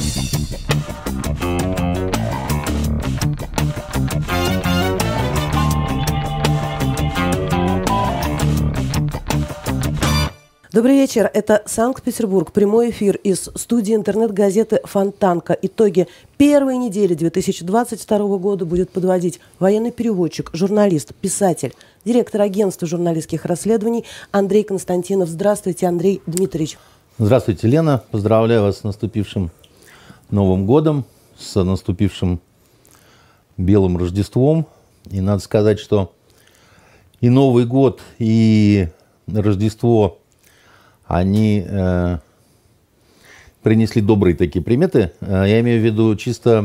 Добрый вечер. Это Санкт-Петербург. Прямой эфир из студии интернет-газеты «Фонтанка». Итоги первой недели 2022 года будет подводить военный переводчик, журналист, писатель, директор агентства журналистских расследований Андрей Константинов. Здравствуйте, Андрей Дмитриевич. Здравствуйте, Лена. Поздравляю вас с наступившим Новым годом, с наступившим Белым Рождеством. И надо сказать, что и Новый год, и Рождество, они принесли добрые такие приметы. Я имею в виду чисто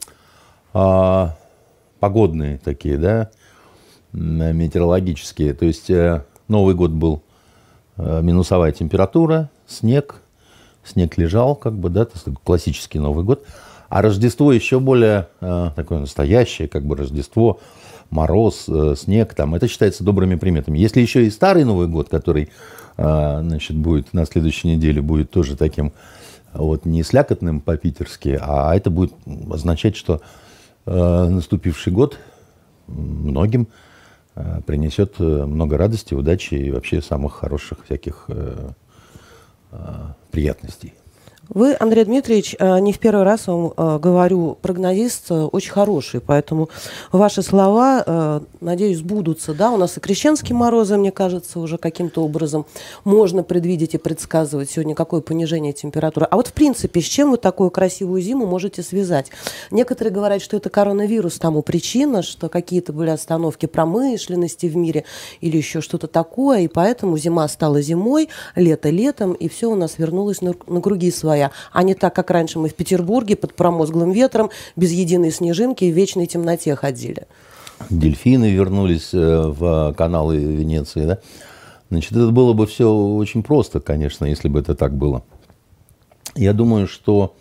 погодные такие, да, метеорологические. То есть Новый год был минусовая температура, снег лежал, как бы, да, классический Новый год. А Рождество еще более такое настоящее, как бы Рождество, мороз, снег, там, это считается добрыми приметами. Если еще и старый Новый год, который, значит, будет на следующей неделе, будет тоже таким вот не слякотным по-питерски, а это будет означать, что наступивший год многим принесет много радости, удачи и вообще самых хороших всяких приятностей. Вы, Андрей Дмитриевич, не в первый раз вам говорю, прогнозист очень хороший, поэтому ваши слова, надеюсь, сбудутся. Да? У нас и крещенские морозы, мне кажется, уже каким-то образом можно предвидеть и предсказывать сегодня, какое понижение температуры. А вот, в принципе, с чем вы такую красивую зиму можете связать? Некоторые говорят, что это коронавирус тому причина, что какие-то были остановки промышленности в мире или еще что-то такое, и поэтому зима стала зимой, лето летом, и все у нас вернулось на круги свои. А не так, как раньше мы в Петербурге под промозглым ветром, без единой снежинки и в вечной темноте ходили. Дельфины вернулись в каналы Венеции, да? Значит, это было бы все очень просто, конечно, если бы это так было. Я думаю, что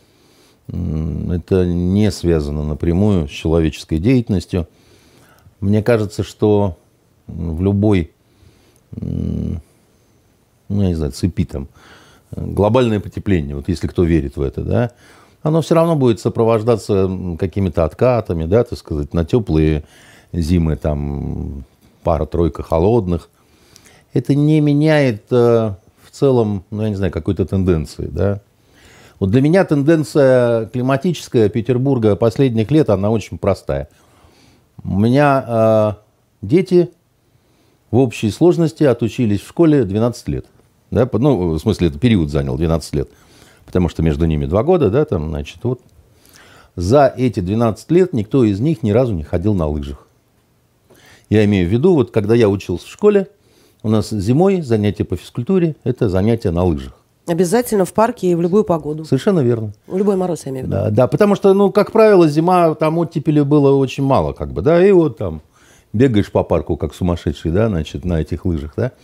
это не связано напрямую с человеческой деятельностью. Мне кажется, что в любой, ну, я не знаю, цепи там, глобальное потепление, вот если кто верит в это, да, оно все равно будет сопровождаться какими-то откатами, да, так сказать, на теплые зимы, там, пара-тройка холодных. Это не меняет в целом, ну, я не знаю, какой-то тенденции, да. Вот для меня тенденция климатическая Петербурга последних лет, она очень простая. У меня дети в общей сложности отучились в школе 12 лет. Да, ну, в смысле, это период занял 12 лет, потому что между ними 2 года, да, там, значит, вот. За эти 12 лет никто из них ни разу не ходил на лыжах. Я имею в виду, вот, когда я учился в школе, у нас зимой занятия по физкультуре – это занятия на лыжах. Обязательно в парке и в любую погоду. Совершенно верно. В любой мороз, я имею в виду. Да, да, потому что, ну, как правило, зима, там оттепели было очень мало, как бы, да, и вот там бегаешь по парку, как сумасшедший, да, значит, на этих лыжах, да.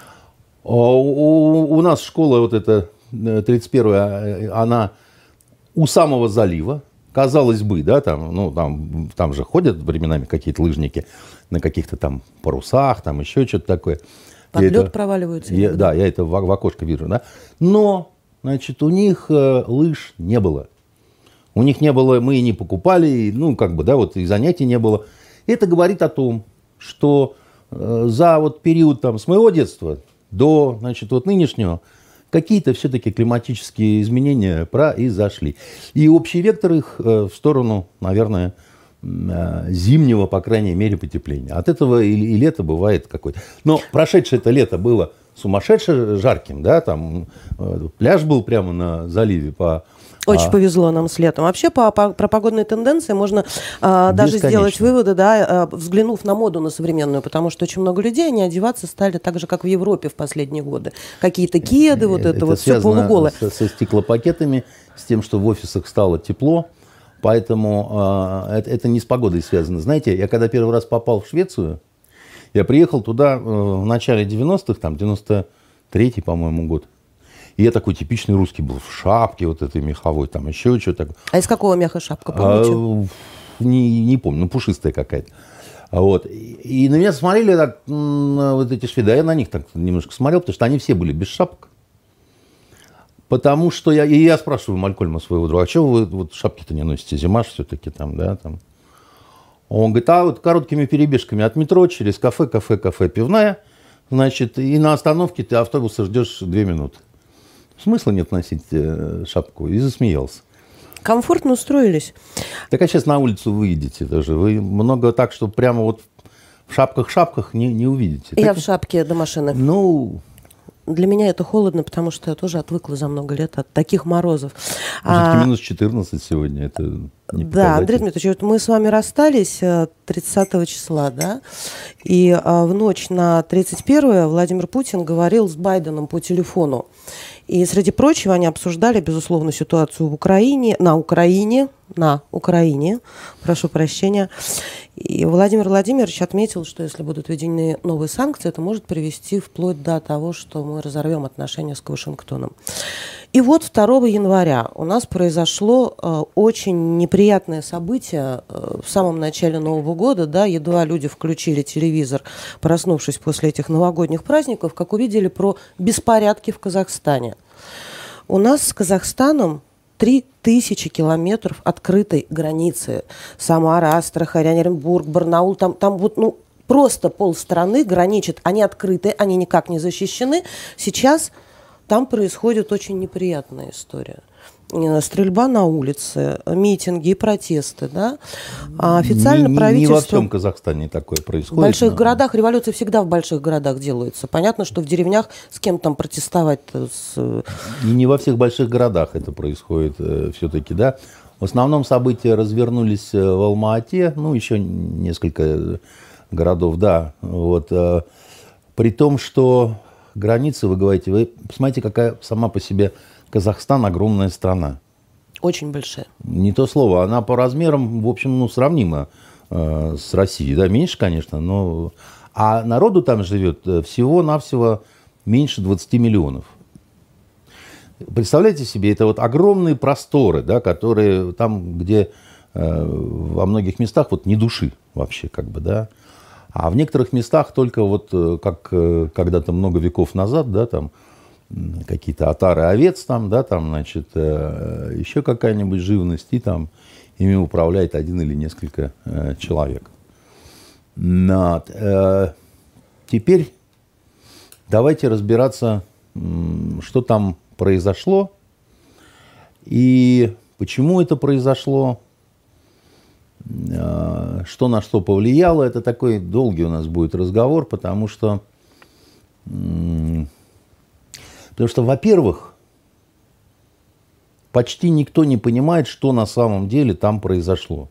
У нас школа вот эта 31-я, она у самого залива, казалось бы, да, там, ну, там же ходят временами какие-то лыжники на каких-то там парусах, там еще что-то такое. Под лед проваливаются. Да, я это в окошко вижу, да. Но, значит, у них лыж не было. У них не было, мы и не покупали, ну, как бы, да, вот и занятий не было. Это говорит о том, что за вот период там с моего детства до, значит, вот нынешнего, какие-то все-таки климатические изменения произошли. И общий вектор их в сторону, наверное, зимнего, по крайней мере, потепления. От этого и лето бывает какое-то. Но прошедшее это лето было сумасшедше жарким, да, там пляж был прямо на заливе по... Очень повезло нам с летом. Вообще, про погодные тенденции можно даже сделать выводы, да, взглянув на моду на современную, потому что очень много людей, они одеваться стали так же, как в Европе в последние годы. Какие-то кеды, вот это вот все полуголое. Со стеклопакетами, с тем, что в офисах стало тепло, поэтому это не с погодой связано. Знаете, я когда первый раз попал в Швецию, я приехал туда в начале 90-х, там, 93-й, по-моему, год. И я такой типичный русский был, в шапке вот этой меховой, там еще что-то такое. А из какого меха шапка, помните? Не помню, ну пушистая какая-то. Вот. И на меня смотрели так, вот эти шведы, а я на них так немножко смотрел, потому что они все были без шапок. Потому что я спрашиваю Малькольма, своего друга, а что вы вот шапки-то не носите? Зима ж все-таки там, да, там. Он говорит, а вот короткими перебежками от метро через кафе, пивная, значит, и на остановке ты автобуса ждешь 2 минуты. Смысла нет носить шапку. И засмеялся. Комфортно устроились. Так а сейчас на улицу выйдете даже. Вы много так, что прямо вот в шапках не увидите. Я так, в шапке до машины. Ну... Для меня это холодно, потому что я тоже отвыкла за много лет от таких морозов. Все-таки минус 14 сегодня. Это не да, Андрей Дмитриевич, вот мы с вами расстались 30 числа, да, и в ночь на 31 Владимир Путин говорил с Байденом по телефону. И, среди прочего, они обсуждали, безусловно, ситуацию в Украине, на Украине, прошу прощения. И Владимир Владимирович отметил, что если будут введены новые санкции, это может привести вплоть до того, что мы разорвем отношения с Вашингтоном. И вот 2 января у нас произошло очень неприятное событие в самом начале Нового года, да, едва люди включили телевизор, проснувшись после этих новогодних праздников, как увидели про беспорядки в Казахстане. У нас с Казахстаном 3000 километров открытой границы. Самара, Астрахань, Оренбург, Барнаул, там вот, ну, просто полстраны граничит. Они открыты, они никак не защищены. Сейчас там происходит очень неприятная история. Стрельба на улице, митинги и протесты, да. А официально правительство... Не во всем Казахстане такое происходит. В больших городах, революции всегда в больших городах делаются. Понятно, что в деревнях с кем там протестовать. И не во всех больших городах это происходит все-таки, да. В основном события развернулись в Алма-Ате, ну, еще несколько городов, да. Вот. При том, что границы, вы говорите, вы посмотрите, какая сама по себе Казахстан огромная страна. Очень большая. Не то слово. Она по размерам, в общем, ну, сравнима с Россией. Да, меньше, конечно, но... А народу там живет всего-навсего меньше 20 миллионов. Представляете себе, это вот огромные просторы, да, которые там, где во многих местах вот ни души вообще, как бы, да. А в некоторых местах только вот, как когда-то много веков назад, да, там, какие-то отары овец там, да, там, значит, еще какая-нибудь живность, и там ими управляет один или несколько человек. Теперь давайте разбираться, что там произошло и почему это произошло, что на что повлияло. Это такой долгий у нас будет разговор, потому что, во-первых, почти никто не понимает, что на самом деле там произошло.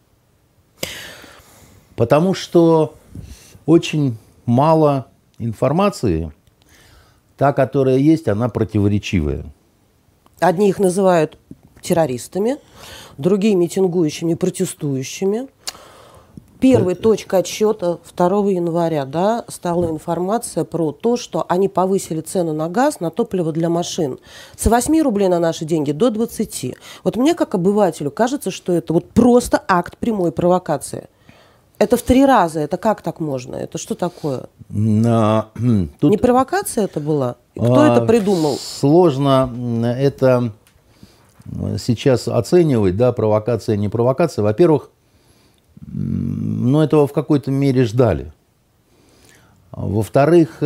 Потому что очень мало информации, та, которая есть, она противоречивая. Одни их называют террористами, другие митингующими, протестующими. Первой точкой отсчета 2 января, да, стала информация про то, что они повысили цену на газ, на топливо для машин с 8 рублей на наши деньги до 20. Вот мне, как обывателю, кажется, что это вот просто акт прямой провокации. Это в 3 раза. Это как так можно? Это что такое? Не провокация это была? Кто это придумал? Сложно это сейчас оценивать, да, провокация, не провокация. Во-первых, но этого в какой-то мере ждали. Во-вторых,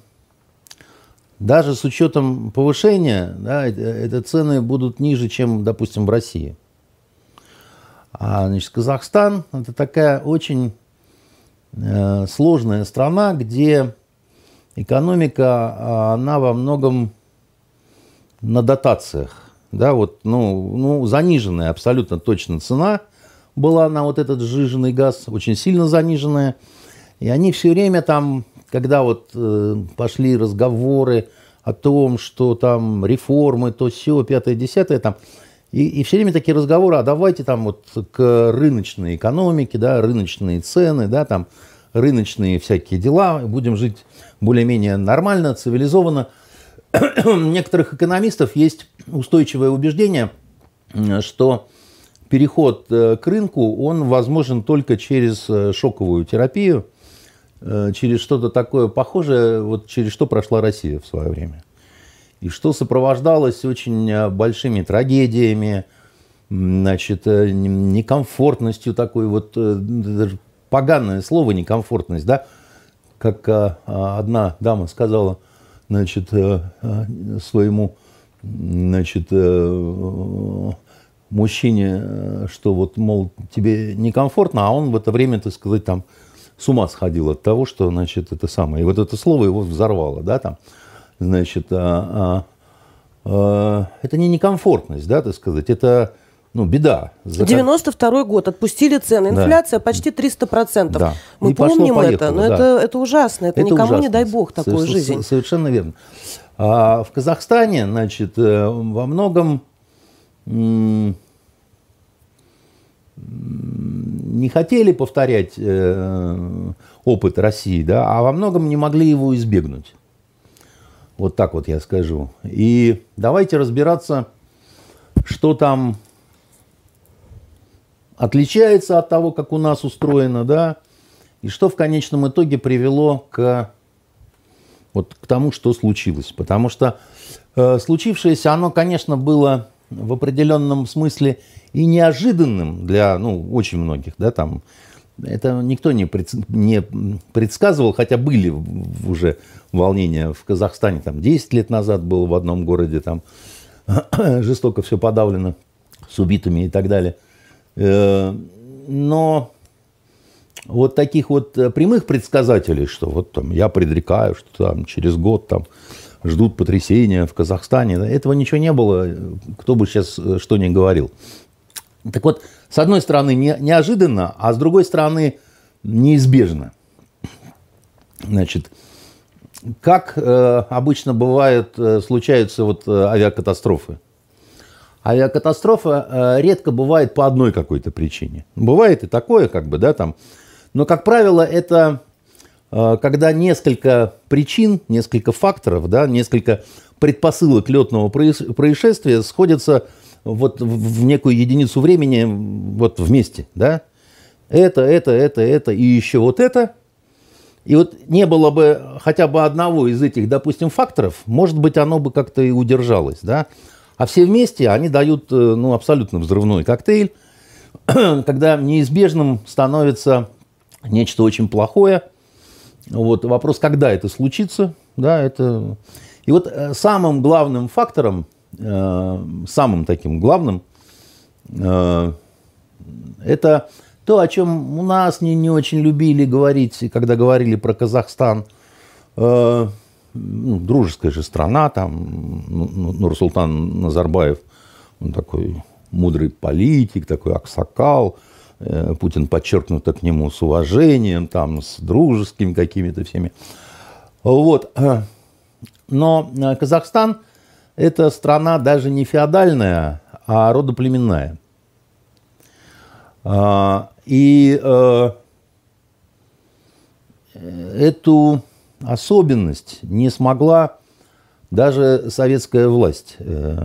даже с учетом повышения, да, это цены будут ниже, чем, допустим, в России. Значит, Казахстан – это такая очень сложная страна, где экономика, она во многом на дотациях. Да, вот, заниженная абсолютно точно цена была на вот этот сжиженный газ, очень сильно заниженная. И они все время там, когда вот пошли разговоры о том, что там реформы, то сё, 5-10, там, и все время такие разговоры, а давайте там вот к рыночной экономике, да, рыночные цены, да, там, рыночные всякие дела, будем жить более-менее нормально, цивилизованно. У некоторых экономистов есть устойчивое убеждение, что переход к рынку, он возможен только через шоковую терапию, через что-то такое похожее, вот через что прошла Россия в свое время. и что сопровождалось очень большими трагедиями, значит, некомфортностью такой вот, даже поганое слово некомфортность, да, как одна дама сказала, значит, своему, значит, мужчине, что вот, мол, тебе некомфортно, а он в это время, так сказать, там с ума сходил от того, что, значит, это самое. И вот это слово его взорвало, да, там, значит, это не некомфортность, да, так сказать, это, ну, беда. 92-й год, отпустили цены, инфляция почти 300%. Да. Мы И помним пошло-поехало, это, но да. это ужасно, это никому ужасно. не дай бог такую жизнь. Совершенно верно. А в Казахстане, значит, во многом не хотели повторять опыт России, да, а во многом не могли его избегнуть. Вот так вот я скажу. И давайте разбираться, что там отличается от того, как у нас устроено, да, и что в конечном итоге привело к тому, что случилось. Потому что случившееся, оно, конечно, было в определенном смысле и неожиданным для, очень многих, да, там, это никто не предсказывал, хотя были уже волнения в Казахстане, там, 10 лет назад было в одном городе, там, жестоко все подавлено с убитыми и так далее. Но вот таких вот прямых предсказателей, что вот там я предрекаю, что там через год там ждут потрясения в Казахстане, этого ничего не было, кто бы сейчас что ни говорил. Так вот, с одной стороны, неожиданно, а с другой стороны, неизбежно. Значит, как обычно бывает, случаются вот авиакатастрофы. Авиакатастрофа редко бывает по одной какой-то причине. Бывает и такое, как бы, да, там. Но, как правило, это когда несколько причин, несколько факторов, да, несколько предпосылок летного происшествия сходятся вот в некую единицу времени вот вместе, да. Это и еще вот это. И вот не было бы хотя бы одного из этих, допустим, факторов, может быть, оно бы как-то и удержалось, да. А все вместе они дают, абсолютно взрывной коктейль, когда неизбежным становится нечто очень плохое. Вот, вопрос, когда это случится, да, это... И вот самым главным фактором, самым таким главным, это то, о чем у нас не очень любили говорить, когда говорили про Казахстан. Дружеская же страна, там, Нурсултан Назарбаев, он такой мудрый политик, такой аксакал, Путин подчеркнуто к нему с уважением, там, с дружескими какими-то всеми. Вот. Но Казахстан – это страна даже не феодальная, а родоплеменная. И эту особенность не смогла даже советская власть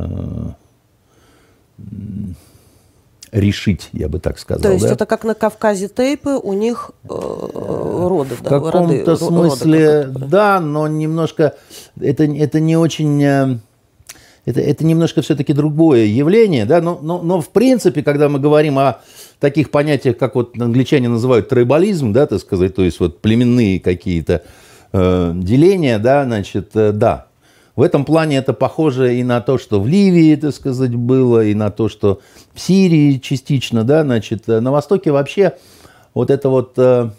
решить, я бы так сказал. То есть да? это как на Кавказе тейпы, у них роды, в каком-то смысле, да, но немножко это не очень... Это немножко все-таки другое явление, да, но в принципе, когда мы говорим о таких понятиях, как вот англичане называют трайбализм, да, так сказать, то есть вот племенные какие-то деления, да, значит, да. В этом плане это похоже и на то, что в Ливии, так сказать, было, и на то, что в Сирии частично, да, значит, на Востоке вообще вот это вот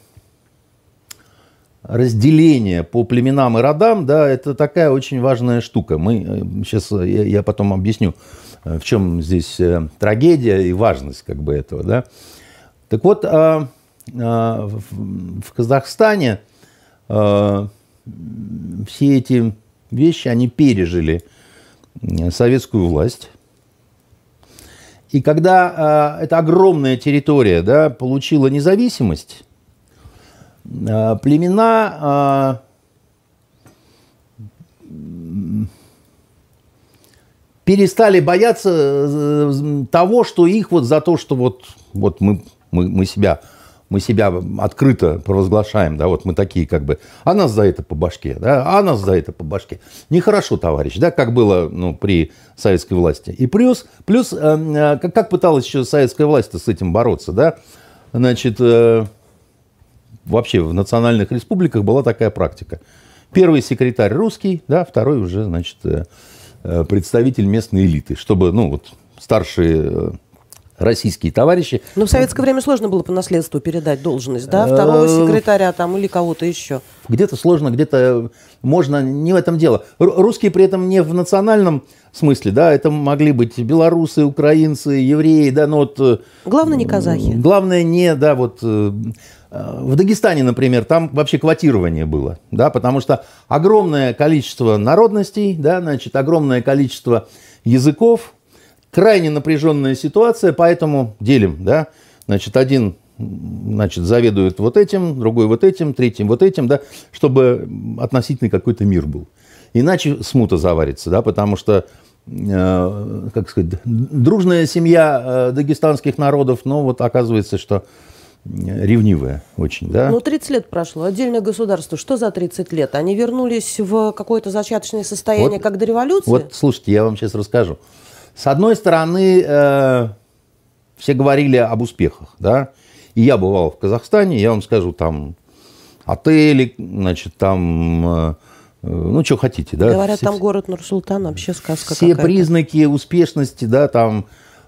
разделение по племенам и родам, да, это такая очень важная штука. Сейчас я потом объясню, в чем здесь трагедия и важность как бы этого, да. Так вот, в Казахстане все эти вещи, они пережили советскую власть. И когда эта огромная территория, да, получила независимость, племена перестали бояться того, что их вот за то, что вот мы себя мы себя открыто провозглашаем, да, вот мы такие как бы, а нас за это по башке, да, а нас за это по башке. Нехорошо, товарищ, да, как было, ну, при советской власти. И плюс как пыталась еще советская власть с этим бороться, да, значит, вообще в национальных республиках была такая практика. Первый секретарь русский, да, второй уже, значит, представитель местной элиты, чтобы, ну, вот старшие российские товарищи. Но в советское время сложно было по наследству передать должность, да, второго секретаря там или кого-то еще. Где-то сложно, где-то можно, не в этом дело. Русские при этом не в национальном смысле, да, это могли быть белорусы, украинцы, евреи, да, но вот... Главное, не казахи. Главное, не, да, вот... В Дагестане, например, там вообще квотирование было, да, потому что огромное количество народностей, да, значит, огромное количество языков, крайне напряженная ситуация, поэтому делим, да, значит, один, значит, заведует вот этим, другой вот этим, третий вот этим, да, чтобы относительный какой-то мир был. Иначе смута заварится, да, потому что, как сказать, дружная семья дагестанских народов, ну, вот оказывается, что ревнивая очень, да? Ну, 30 лет прошло. Отдельное государство. Что за 30 лет? Они вернулись в какое-то зачаточное состояние, вот, как до революции? Вот, слушайте, я вам сейчас расскажу. С одной стороны, все говорили об успехах, да? И я бывал в Казахстане, я вам скажу, там отели, значит, там, ну, что хотите, да? Говорят, там город Нур-Султан, вообще сказка все какая-то. Признаки успешности, да, там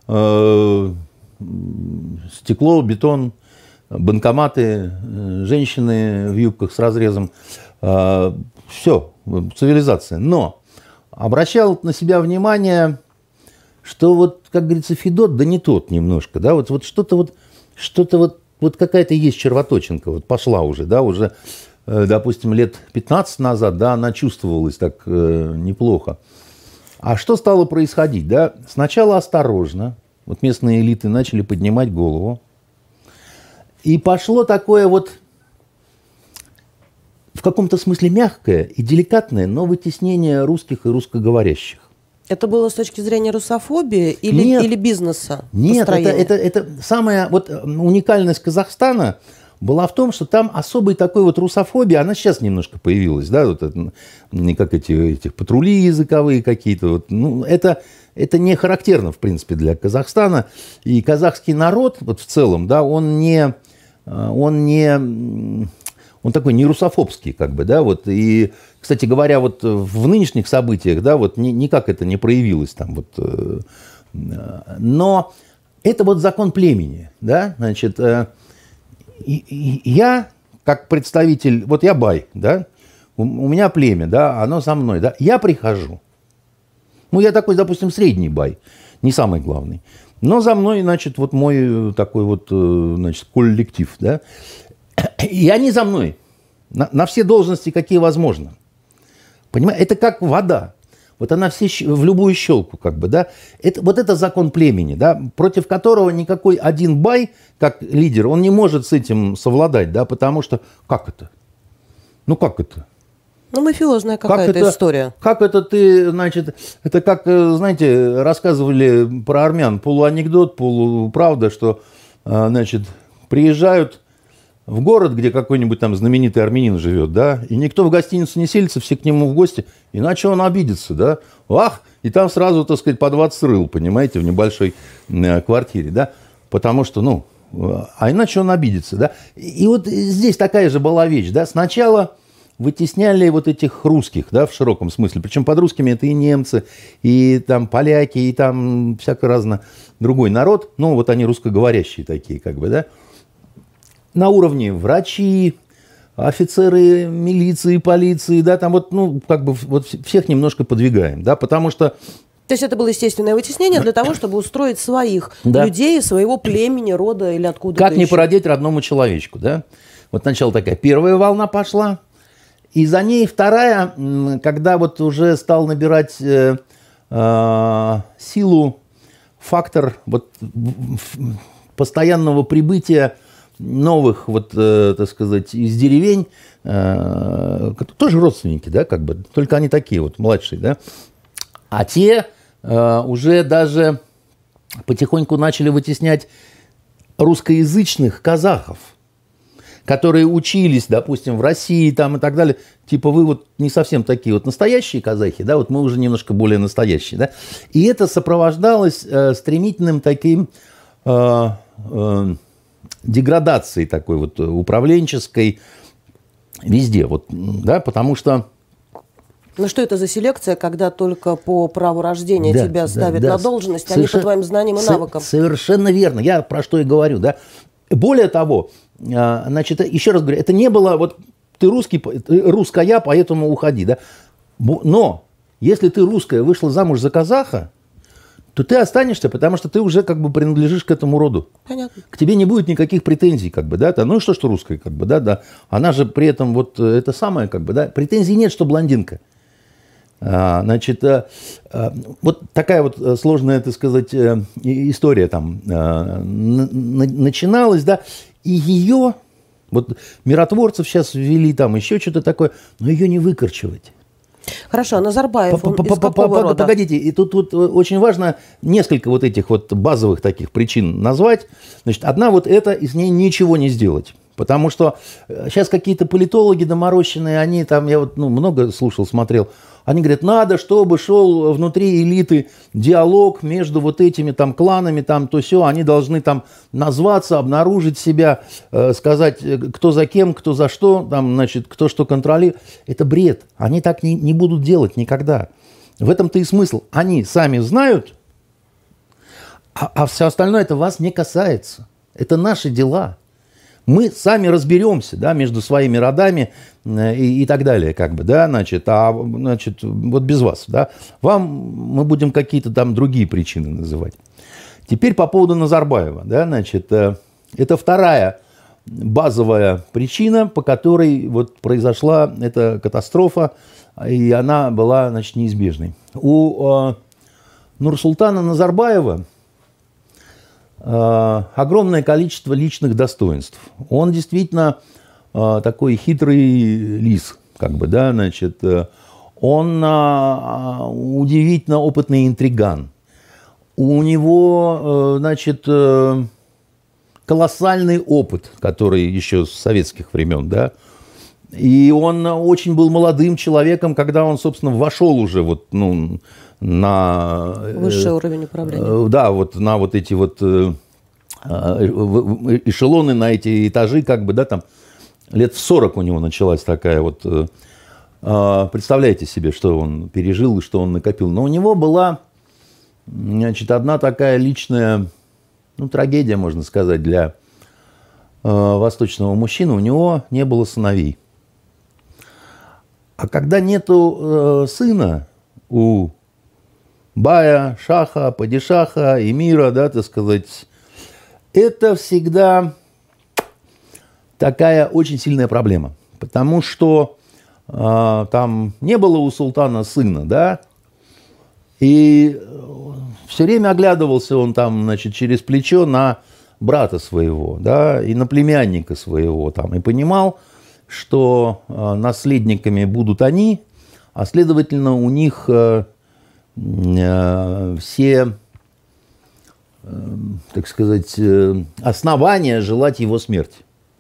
стекло, бетон, банкоматы, женщины в юбках с разрезом. Все, цивилизация. Но обращал на себя внимание, что вот, как говорится, Федот, да не тот немножко, да, вот что-то вот какая-то есть червоточинка, вот пошла уже, да, уже, допустим, лет 15 назад, да, она чувствовалась так неплохо. А что стало происходить, да? Сначала осторожно, вот местные элиты начали поднимать голову, и пошло такое вот в каком-то смысле мягкое и деликатное, но вытеснение русских и русскоговорящих. Это было с точки зрения русофобии или бизнеса? Нет, это самая вот уникальность Казахстана была в том, что там особой такой вот русофобии, она сейчас немножко появилась, да, вот это, как этих патрули языковые какие-то, вот, ну, это не характерно, в принципе, для Казахстана. И казахский народ, вот в целом, да, он такой не русофобский, как бы, да, вот, и, кстати говоря, вот в нынешних событиях, да, вот никак это не проявилось там, вот, но это вот закон племени, да, значит, я, как представитель, вот я бай, да, у меня племя, да, оно со мной, да, я прихожу, ну, я такой, допустим, средний бай, не самый главный, но за мной, значит, вот мой такой вот, значит, коллектив, да, и они за мной на все должности, какие возможно. Понимаете, это как вода. Вот она все в любую щелку, как бы, да. Вот это закон племени, да, против которого никакой один бай, как лидер, он не может с этим совладать, да, потому что как это? Ну, как это? Ну, мафиозная какая-то история. Как это ты, значит, это как, знаете, рассказывали про армян, полуанекдот, полуправда, что, значит, приезжают в город, где какой-нибудь там знаменитый армянин живет, да, и никто в гостиницу не селится, все к нему в гости, иначе он обидится, да, ах, и там сразу, так сказать, по 20 рыл, понимаете, в небольшой квартире, да, потому что, ну, а иначе он обидится, да, и вот здесь такая же была вещь, да, сначала вытесняли вот этих русских, да, в широком смысле, причем под русскими это и немцы, и там поляки, и там всяко разно другой народ, ну, вот они русскоговорящие такие, как бы, да, на уровне врачи, офицеры милиции, полиции, да, там вот, ну, как бы вот всех немножко подвигаем, да, потому что... То есть это было естественное вытеснение для того, чтобы устроить своих людей, своего племени, рода или откуда-то Как не породить родному человечку, да? Вот сначала такая первая волна пошла, и за ней вторая, когда вот уже стал набирать силу фактор вот постоянного прибытия новых, вот, так сказать, из деревень, тоже родственники, да, как бы, только они такие вот, младшие, да, а те уже даже потихоньку начали вытеснять русскоязычных казахов, которые учились, допустим, в России там и так далее, типа вы вот не совсем такие вот настоящие казахи, да, вот мы уже немножко более настоящие, да, и это сопровождалось стремительным таким деградацией такой вот управленческой везде, вот, да, потому что... Ну что это за селекция, когда только по праву рождения тебя ставят на должность, а не по твоим знаниям и навыкам? Совершенно верно, я про что и говорю, да. Более того, значит, еще раз говорю, это не было, вот ты русский, русская, поэтому уходи, да. Но если ты русская вышла замуж за казаха, то ты останешься, потому что ты уже как бы принадлежишь к этому роду. Понятно. К тебе не будет никаких претензий, как бы, да, ну и что русская, как бы, да. Она же при этом вот это самое, как бы, да, претензий нет, что блондинка. Значит, вот такая вот сложная, так сказать, история там начиналась, да, и ее, вот миротворцев сейчас ввели там еще что-то такое, но ее не выкорчевать. Хорошо, а Назарбаев, он из какого рода? Погодите, и тут очень важно несколько вот этих вот базовых таких причин назвать. Значит, одна вот это, и с ней ничего не сделать. Потому что сейчас какие-то политологи доморощенные, они там, я вот много слушал, смотрел, они говорят, надо, чтобы шел внутри элиты диалог между вот этими там кланами, там то сё, они должны там назваться, обнаружить себя, сказать, кто за кем, кто за что, там, значит, кто что контролирует. Это бред. Они так не будут делать никогда. В этом-то и смысл. Они сами знают, а все остальное это вас не касается. Это наши дела. Мы сами разберемся, да, между своими родами и так далее, как бы, да, значит, вот без вас, да, мы будем какие-то там другие причины называть. Теперь по поводу Назарбаева, да, значит, это вторая базовая причина, по которой вот произошла эта катастрофа, и она была, значит, неизбежной. У Нурсултана Назарбаева огромное количество личных достоинств. Он действительно такой хитрый лис, как бы, да, значит, он удивительно опытный интриган. У него, значит, колоссальный опыт, который еще с советских времен, да, и он очень был молодым человеком, когда он, собственно, вошел уже вот, на... Высший уровень управления. Да, вот на вот эти вот эшелоны, на эти этажи, как бы, да, там лет в 40 у него началась такая вот... Представляете себе, что он пережил и что он накопил. Но у него была, значит, одна такая личная, трагедия, можно сказать, для восточного мужчины. У него не было сыновей. А когда нету сына у бая, шаха, падишаха, эмира, да, так сказать, это всегда такая очень сильная проблема. Потому что там не было у султана сына, да, и все время оглядывался он там, значит, через плечо на брата своего, да, и на племянника своего там, и понимал, что наследниками будут они, а следовательно у них все, так сказать, основания желать его смерти.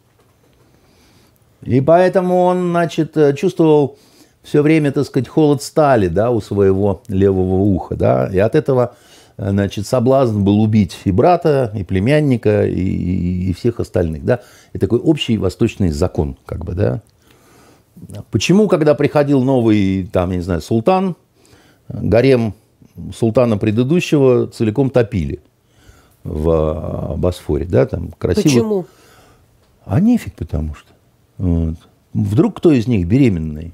И поэтому он, значит, чувствовал все время, так сказать, холод стали, да, у своего левого уха, да, и от этого, значит, соблазн был убить и брата, и племянника, и всех остальных, да, и такой общий восточный закон, как бы, да. Почему, когда приходил новый, там, я не знаю, султан, гарем султана предыдущего целиком топили в Босфоре, да, там красиво. Почему? А нефиг, потому что. Вот. Вдруг кто из них беременный?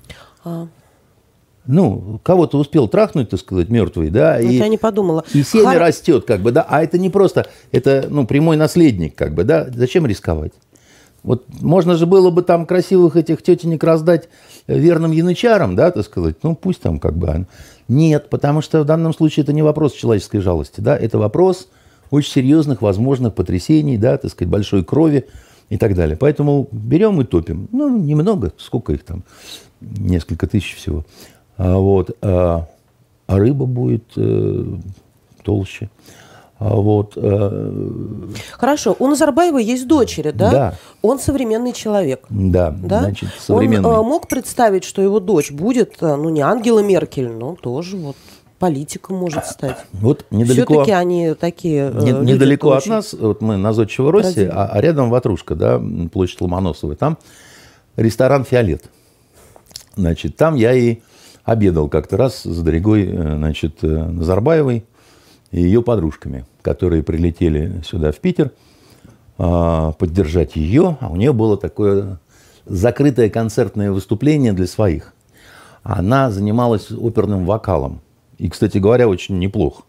Кого-то успел трахнуть, так сказать, мертвый, да, и я не подумала. И семя растет, как бы, да, а это не просто, это, прямой наследник, как бы, да, зачем рисковать? Вот можно же было бы там красивых этих тетенек раздать верным янычарам, да, так сказать, пусть там как бы. Нет, потому что в данном случае это не вопрос человеческой жалости, да, это вопрос очень серьезных возможных потрясений, да, так сказать, большой крови и так далее. Поэтому берем и топим. Немного, сколько их там, несколько тысяч всего. А рыба будет толще. Вот. Хорошо, у Назарбаева есть дочери, да? Да. Он современный человек. Да, Да? значит, современный. Он мог представить, что его дочь будет, ну, не Ангела Меркель, но тоже вот политиком может стать. Вот недалеко, все-таки они такие недалеко от очень... нас, вот мы на Зодчего Росси, а рядом Ватрушка, да, площадь Ломоносовой, там ресторан «Фиолет». Значит, там я и обедал как-то раз с Даригой, значит, Назарбаевой и ее подружками, которые прилетели сюда, в Питер, поддержать ее. А у нее было такое закрытое концертное выступление для своих. Она занималась оперным вокалом. И, кстати говоря, очень неплохо.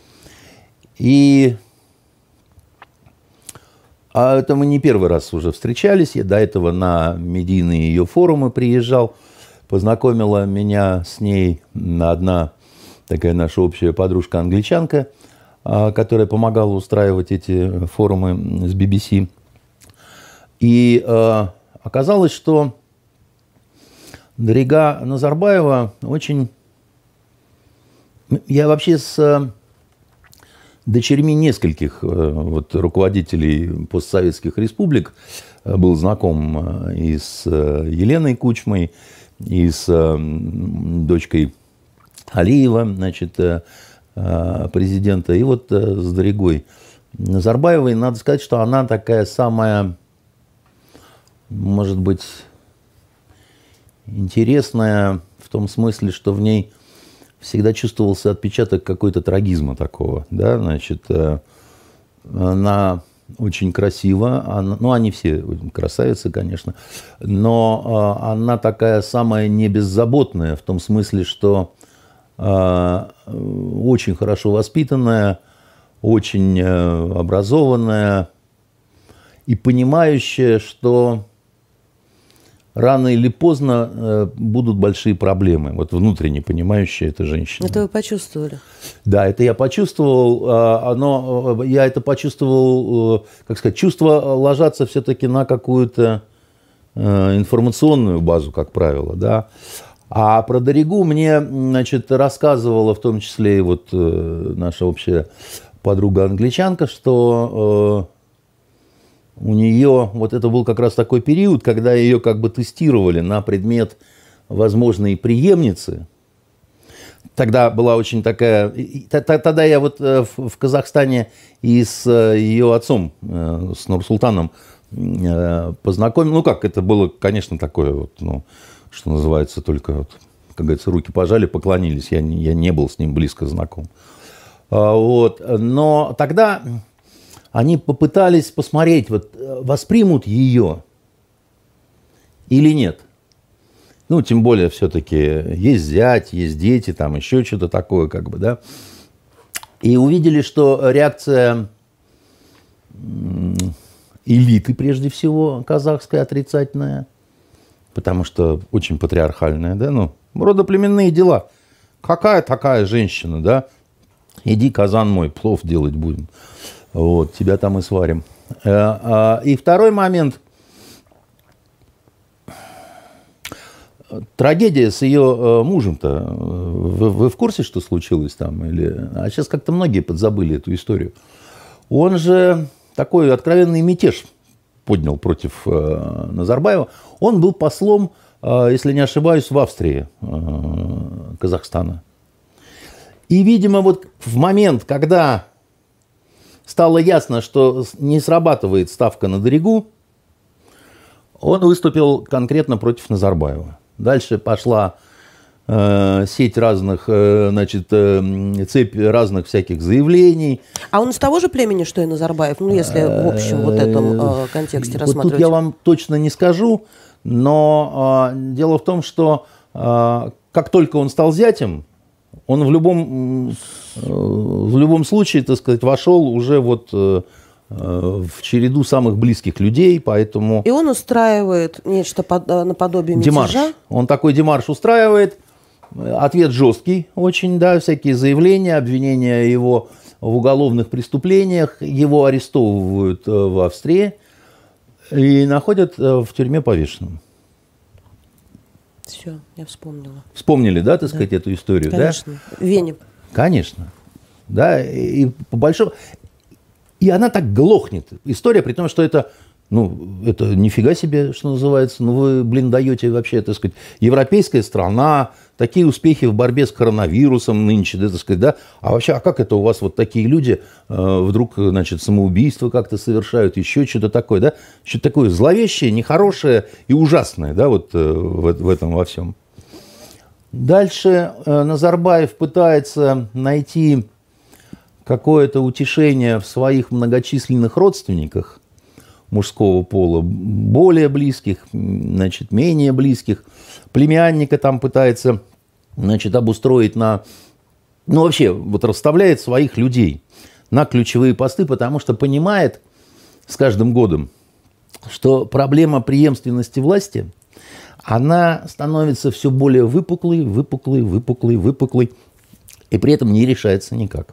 А это мы не первый раз уже встречались. Я до этого на медийные ее форумы приезжал. Познакомила меня с ней одна такая наша общая подружка-англичанка, которая помогала устраивать эти форумы с BBC. И оказалось, что Дарига Назарбаева очень... Я вообще с дочерьми нескольких вот, руководителей постсоветских республик был знаком и с Еленой Кучмой, и с дочкой Алиева, значит, президента, и вот с Даригой Назарбаевой. Надо сказать, что она такая самая, может быть, интересная в том смысле, что в ней всегда чувствовался отпечаток какой-то трагизма такого, да, значит, она очень красива, ну, они все красавицы, конечно, но она такая самая небеззаботная в том смысле, что очень хорошо воспитанная, очень образованная и понимающая, что рано или поздно будут большие проблемы. Вот внутренне понимающая эта женщина. Это вы почувствовали? Да, это я почувствовал. Но я это почувствовал, как сказать, чувства ложатся все-таки на какую-то информационную базу, как правило, да. А про Даригу мне, значит, рассказывала в том числе и вот наша общая подруга-англичанка, что у нее вот это был как раз такой период, когда ее как бы тестировали на предмет возможной преемницы. Тогда была очень такая... Тогда я вот в Казахстане и с ее отцом, с Нурсултаном, познакомился. Ну как, это было, конечно, такое вот, ну, что называется, только, вот, как говорится, руки пожали, поклонились. Я не был с ним близко знаком. Вот. Но тогда они попытались посмотреть, вот, воспримут ее или нет. Ну, тем более, все-таки есть зять, есть дети, там еще что-то такое, как бы, да. И увидели, что реакция элиты, прежде всего, казахская, отрицательная, потому что очень патриархальная, да, ну, родоплеменные дела. Какая такая женщина, да? Иди, казан мой, плов делать будем. Вот, тебя там и сварим. И второй момент. Трагедия с ее мужем-то. Вы в курсе, что случилось там? А сейчас как-то многие подзабыли эту историю. Он же такой откровенный мятеж поднял против Назарбаева. Он был послом, если не ошибаюсь, в Австрии Казахстана. И, видимо, вот в момент, когда стало ясно, что не срабатывает ставка на Даригу, он выступил конкретно против Назарбаева. Дальше пошла сеть разных, значит, цепь разных всяких заявлений. А он из того же племени, что и Назарбаев? Ну, если в общем вот этом контексте вот рассматривать. Тут я вам точно не скажу, но дело в том, что как только он стал зятем, он в любом случае, так сказать, вошел уже вот в череду самых близких людей, поэтому... И он устраивает нечто наподобие мятежа? Демарш. Он такой демарш устраивает. Ответ жесткий очень, да, всякие заявления, обвинения его в уголовных преступлениях. Его арестовывают в Австрии и находят в тюрьме повешенным. Все, я вспомнила. Вспомнили, да, так сказать, эту историю? Конечно, да? В Вене. Конечно. Да, и по большому... И она так глохнет. История, при том, что это, это нифига себе, что называется. Вы, даете вообще, так сказать, европейская страна, такие успехи в борьбе с коронавирусом нынче, так сказать, да. А вообще, а как это у вас вот такие люди вдруг, значит, самоубийство как-то совершают, еще что-то такое, да? Что-то такое зловещее, нехорошее и ужасное, да, вот в этом во всем. Дальше Назарбаев пытается найти какое-то утешение в своих многочисленных родственниках мужского пола, более близких, значит, менее близких. Племянника там пытается, значит, обустроить вообще, вот расставляет своих людей на ключевые посты, потому что понимает с каждым годом, что проблема преемственности власти, она становится все более выпуклой, и при этом не решается никак.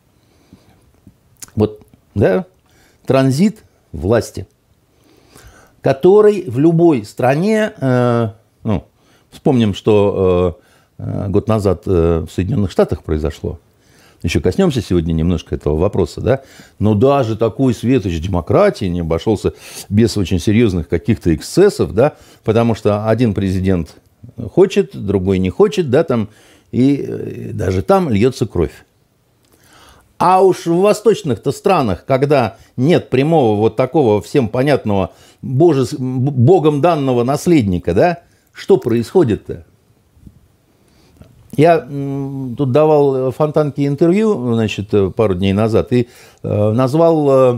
Вот, да, транзит власти, который в любой стране, вспомним, что год назад в Соединенных Штатах произошло, еще коснемся сегодня немножко этого вопроса, да, но даже такой светоч демократии не обошелся без очень серьезных каких-то эксцессов, да, потому что один президент хочет, другой не хочет, да, там, и даже там льется кровь. А уж в восточных-то странах, когда нет прямого вот такого всем понятного Богом данного наследника, да, что происходит-то? Я тут давал Фонтанке интервью, значит, пару дней назад, и упомянул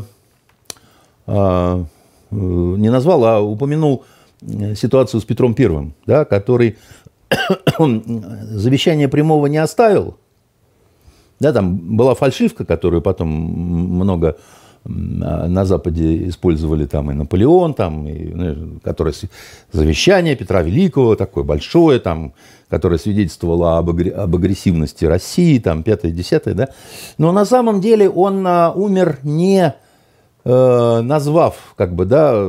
ситуацию с Петром Первым, да, который завещание прямого не оставил. Да, там была фальшивка, которую потом много на Западе использовали, там и Наполеон, там, которое завещание Петра Великого, такое большое, там, которое свидетельствовало об агрессивности России, там, 5-10, да. Но на самом деле он умер, не назвав, как бы, да,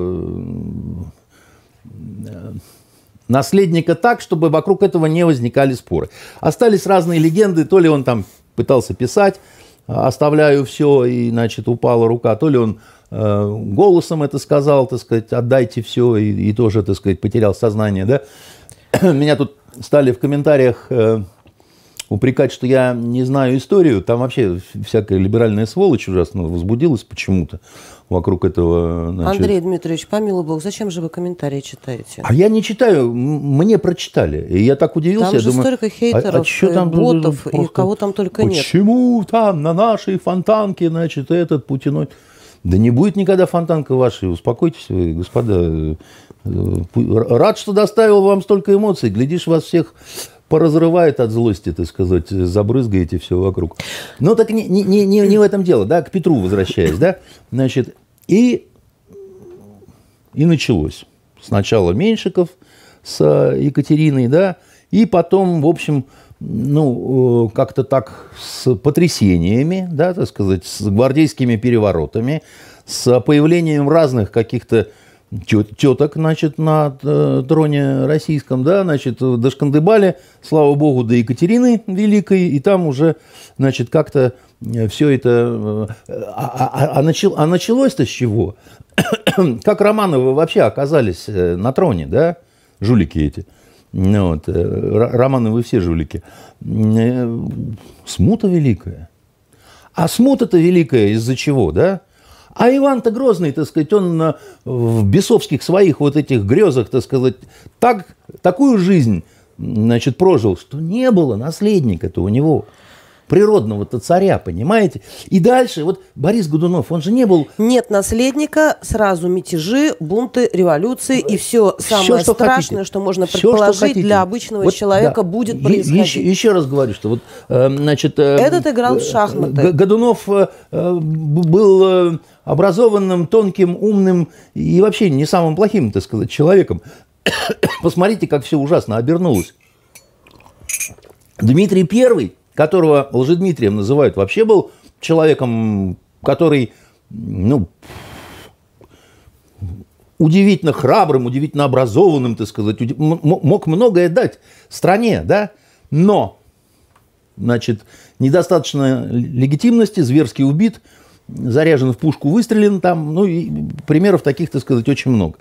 наследника так, чтобы вокруг этого не возникали споры. Остались разные легенды, то ли он там пытался писать, оставляю все, и, значит, упала рука, то ли он голосом это сказал, так сказать, отдайте все, и тоже, так сказать, потерял сознание, да. Меня тут стали в комментариях упрекать, что я не знаю историю, там вообще всякая либеральная сволочь ужасно возбудилась почему-то вокруг этого. Значит... Андрей Дмитриевич, помилуй Бог, зачем же вы комментарии читаете? А я не читаю, мне прочитали, и я так удивился. Там же думаю, столько хейтеров, там, ботов, просто... и кого там только нет. Почему там на нашей Фонтанке, значит, этот Путиной... Да не будет никогда Фонтанка вашей, успокойтесь вы, господа. Рад, что доставил вам столько эмоций, глядишь, вас всех... поразрывает от злости, так сказать, забрызгаете все вокруг. Но так не в этом дело, да, к Петру возвращаясь, да, значит, и началось. Сначала Меньшиков с Екатериной, да, и потом, в общем, как-то так с потрясениями, да, так сказать, с гвардейскими переворотами, с появлением разных каких-то теток, значит, на троне российском, да, значит, дошкандыбали, слава богу, до Екатерины Великой, и там уже, значит, как-то все это... началось-то с чего? Как Романовы вообще оказались на троне, да, жулики эти. Романовы все жулики. Смута великая. А смута-то великая из-за чего, да? А Иван-то Грозный, так сказать, он в бесовских своих вот этих грезах, так сказать, такую жизнь, значит, прожил, что не было наследника-то у него, природного-то царя, понимаете? И дальше, вот Борис Годунов, он же не был... Нет наследника, сразу мятежи, бунты, революции, и все самое что страшное, хотите. что можно предположить, что для обычного человека будет происходить. Еще раз говорю, что вот, значит... Этот играл в шахматы. Годунов был образованным, тонким, умным и вообще не самым плохим, так сказать, человеком. Посмотрите, как все ужасно обернулось. Дмитрий I, которого Лжедмитрием называют, вообще был человеком, который, удивительно храбрым, удивительно образованным, так сказать, мог многое дать стране, да, но, значит, недостаточно легитимности, зверски убит, заряжен в пушку, выстрелен там. Ну, и примеров таких, так сказать, очень много.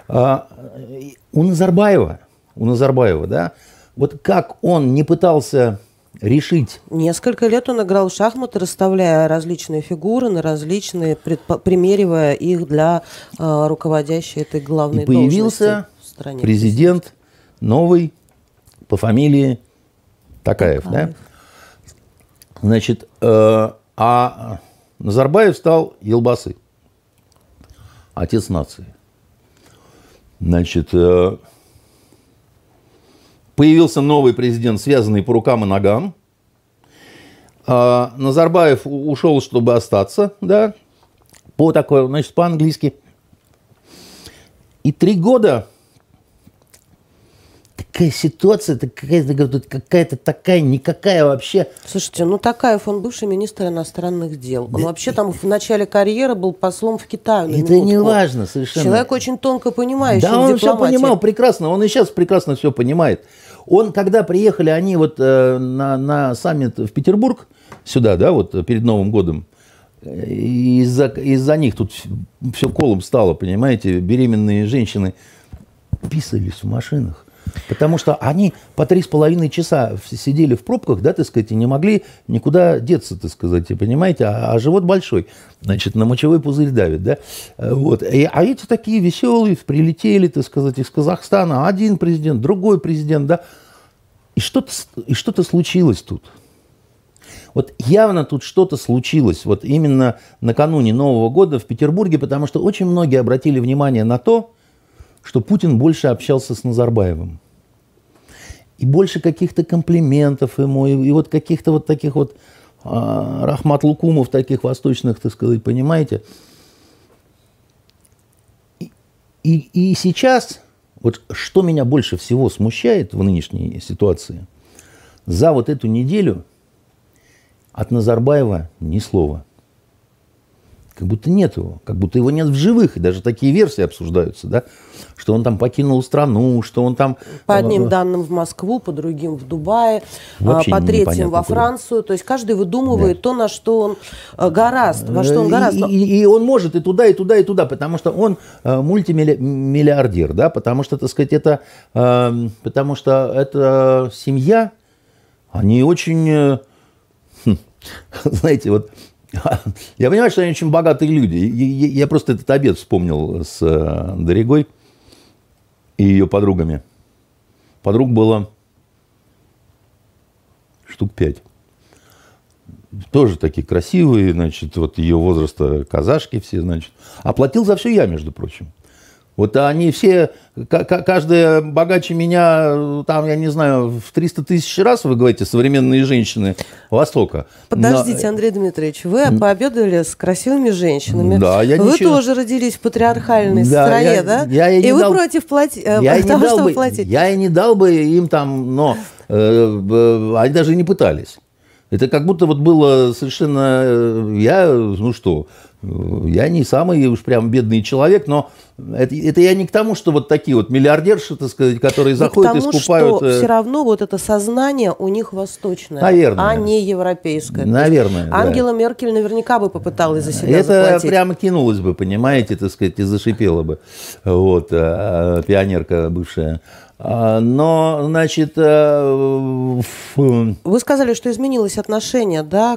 У Назарбаева, да, вот как он не пытался решить... Несколько лет он играл в шахматы, расставляя различные фигуры на различные, примеривая их для руководящей этой главной должности. И появился президент новый по фамилии Токаев. Да? Значит, а Назарбаев стал Елбасы, отец нации. Значит, появился новый президент, связанный по рукам и ногам. Назарбаев ушел, чтобы остаться, да, значит, по-английски. И 3 года такая ситуация, какая-то такая, никакая вообще. Слушайте, ну Токаев, он бывший министр иностранных дел. Он вообще там в начале карьеры был послом в Китае. Это не важно совершенно. Человек очень тонко понимающий в дипломатии. Да, он все понимал прекрасно, он и сейчас прекрасно все понимает. Он, когда приехали они вот на саммит в Петербург, сюда, да, вот перед Новым годом, из-за них тут все колом стало, понимаете, беременные женщины писались в машинах. Потому что они по 3,5 часа сидели в пробках, да, так сказать, и не могли никуда деться, так сказать, понимаете, а живот большой, значит, на мочевой пузырь давит, да, вот. А эти такие веселые прилетели, так сказать, из Казахстана, один президент, другой президент, да, и что-то случилось тут. Вот явно тут что-то случилось, вот именно накануне Нового года в Петербурге, потому что очень многие обратили внимание на то, что Путин больше общался с Назарбаевым. И больше каких-то комплиментов ему, и вот каких-то вот таких вот рахмат-лукумов таких восточных, так сказать, понимаете. И сейчас, вот что меня больше всего смущает в нынешней ситуации, за вот эту неделю от Назарбаева ни слова. Как будто нет его, как будто его нет в живых. И даже такие версии обсуждаются, да, что он там покинул страну, что он там... По одним данным в Москву, по другим в Дубае, по третьим во Францию. То есть каждый выдумывает то, на что он горазд, во что он горазд. И он может и туда, и туда, и туда, потому что он мультимиллиардер, да, потому что, так сказать, потому что эта семья, они очень, знаете, вот... Я понимаю, что они очень богатые люди. Я просто этот обед вспомнил с Дорогой и ее подругами. Подруг было штук 5. Тоже такие красивые, значит, вот ее возраста казашки все, значит. А платил за все я, между прочим. Вот они все, каждая богаче меня, там, я не знаю, в 300 тысяч раз, вы говорите, современные женщины Востока. Подождите, Андрей Дмитриевич, вы пообедали с красивыми женщинами. Да, вы тоже родились в патриархальной стране, да? И вы против того, чтобы платить. Я и не дал бы им там, но они даже не пытались. Это как будто вот было совершенно... Я не самый уж прям бедный человек, но это я не к тому, что вот такие вот миллиардерши, так сказать, которые заходят и скупают... Потому что все равно вот это сознание у них восточное, наверное, а не европейское. Наверное, Ангела Меркель наверняка бы попыталась за себя заплатить. Это прямо кинулась бы, понимаете, так сказать, и зашипела бы. Вот, пионерка бывшая. Но, значит... Вы сказали, что изменилось отношение, да,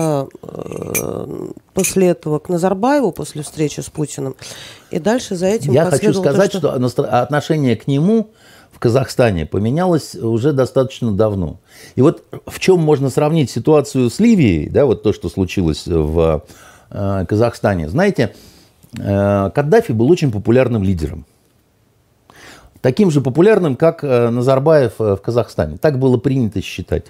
после этого к Назарбаеву, после встречи с Путиным. И дальше за этим я хочу сказать, что отношение к нему в Казахстане поменялось уже достаточно давно. И вот в чем можно сравнить ситуацию с Ливией, да, вот то, что случилось в Казахстане. Знаете, Каддафи был очень популярным лидером. Таким же популярным, как Назарбаев в Казахстане. Так было принято считать.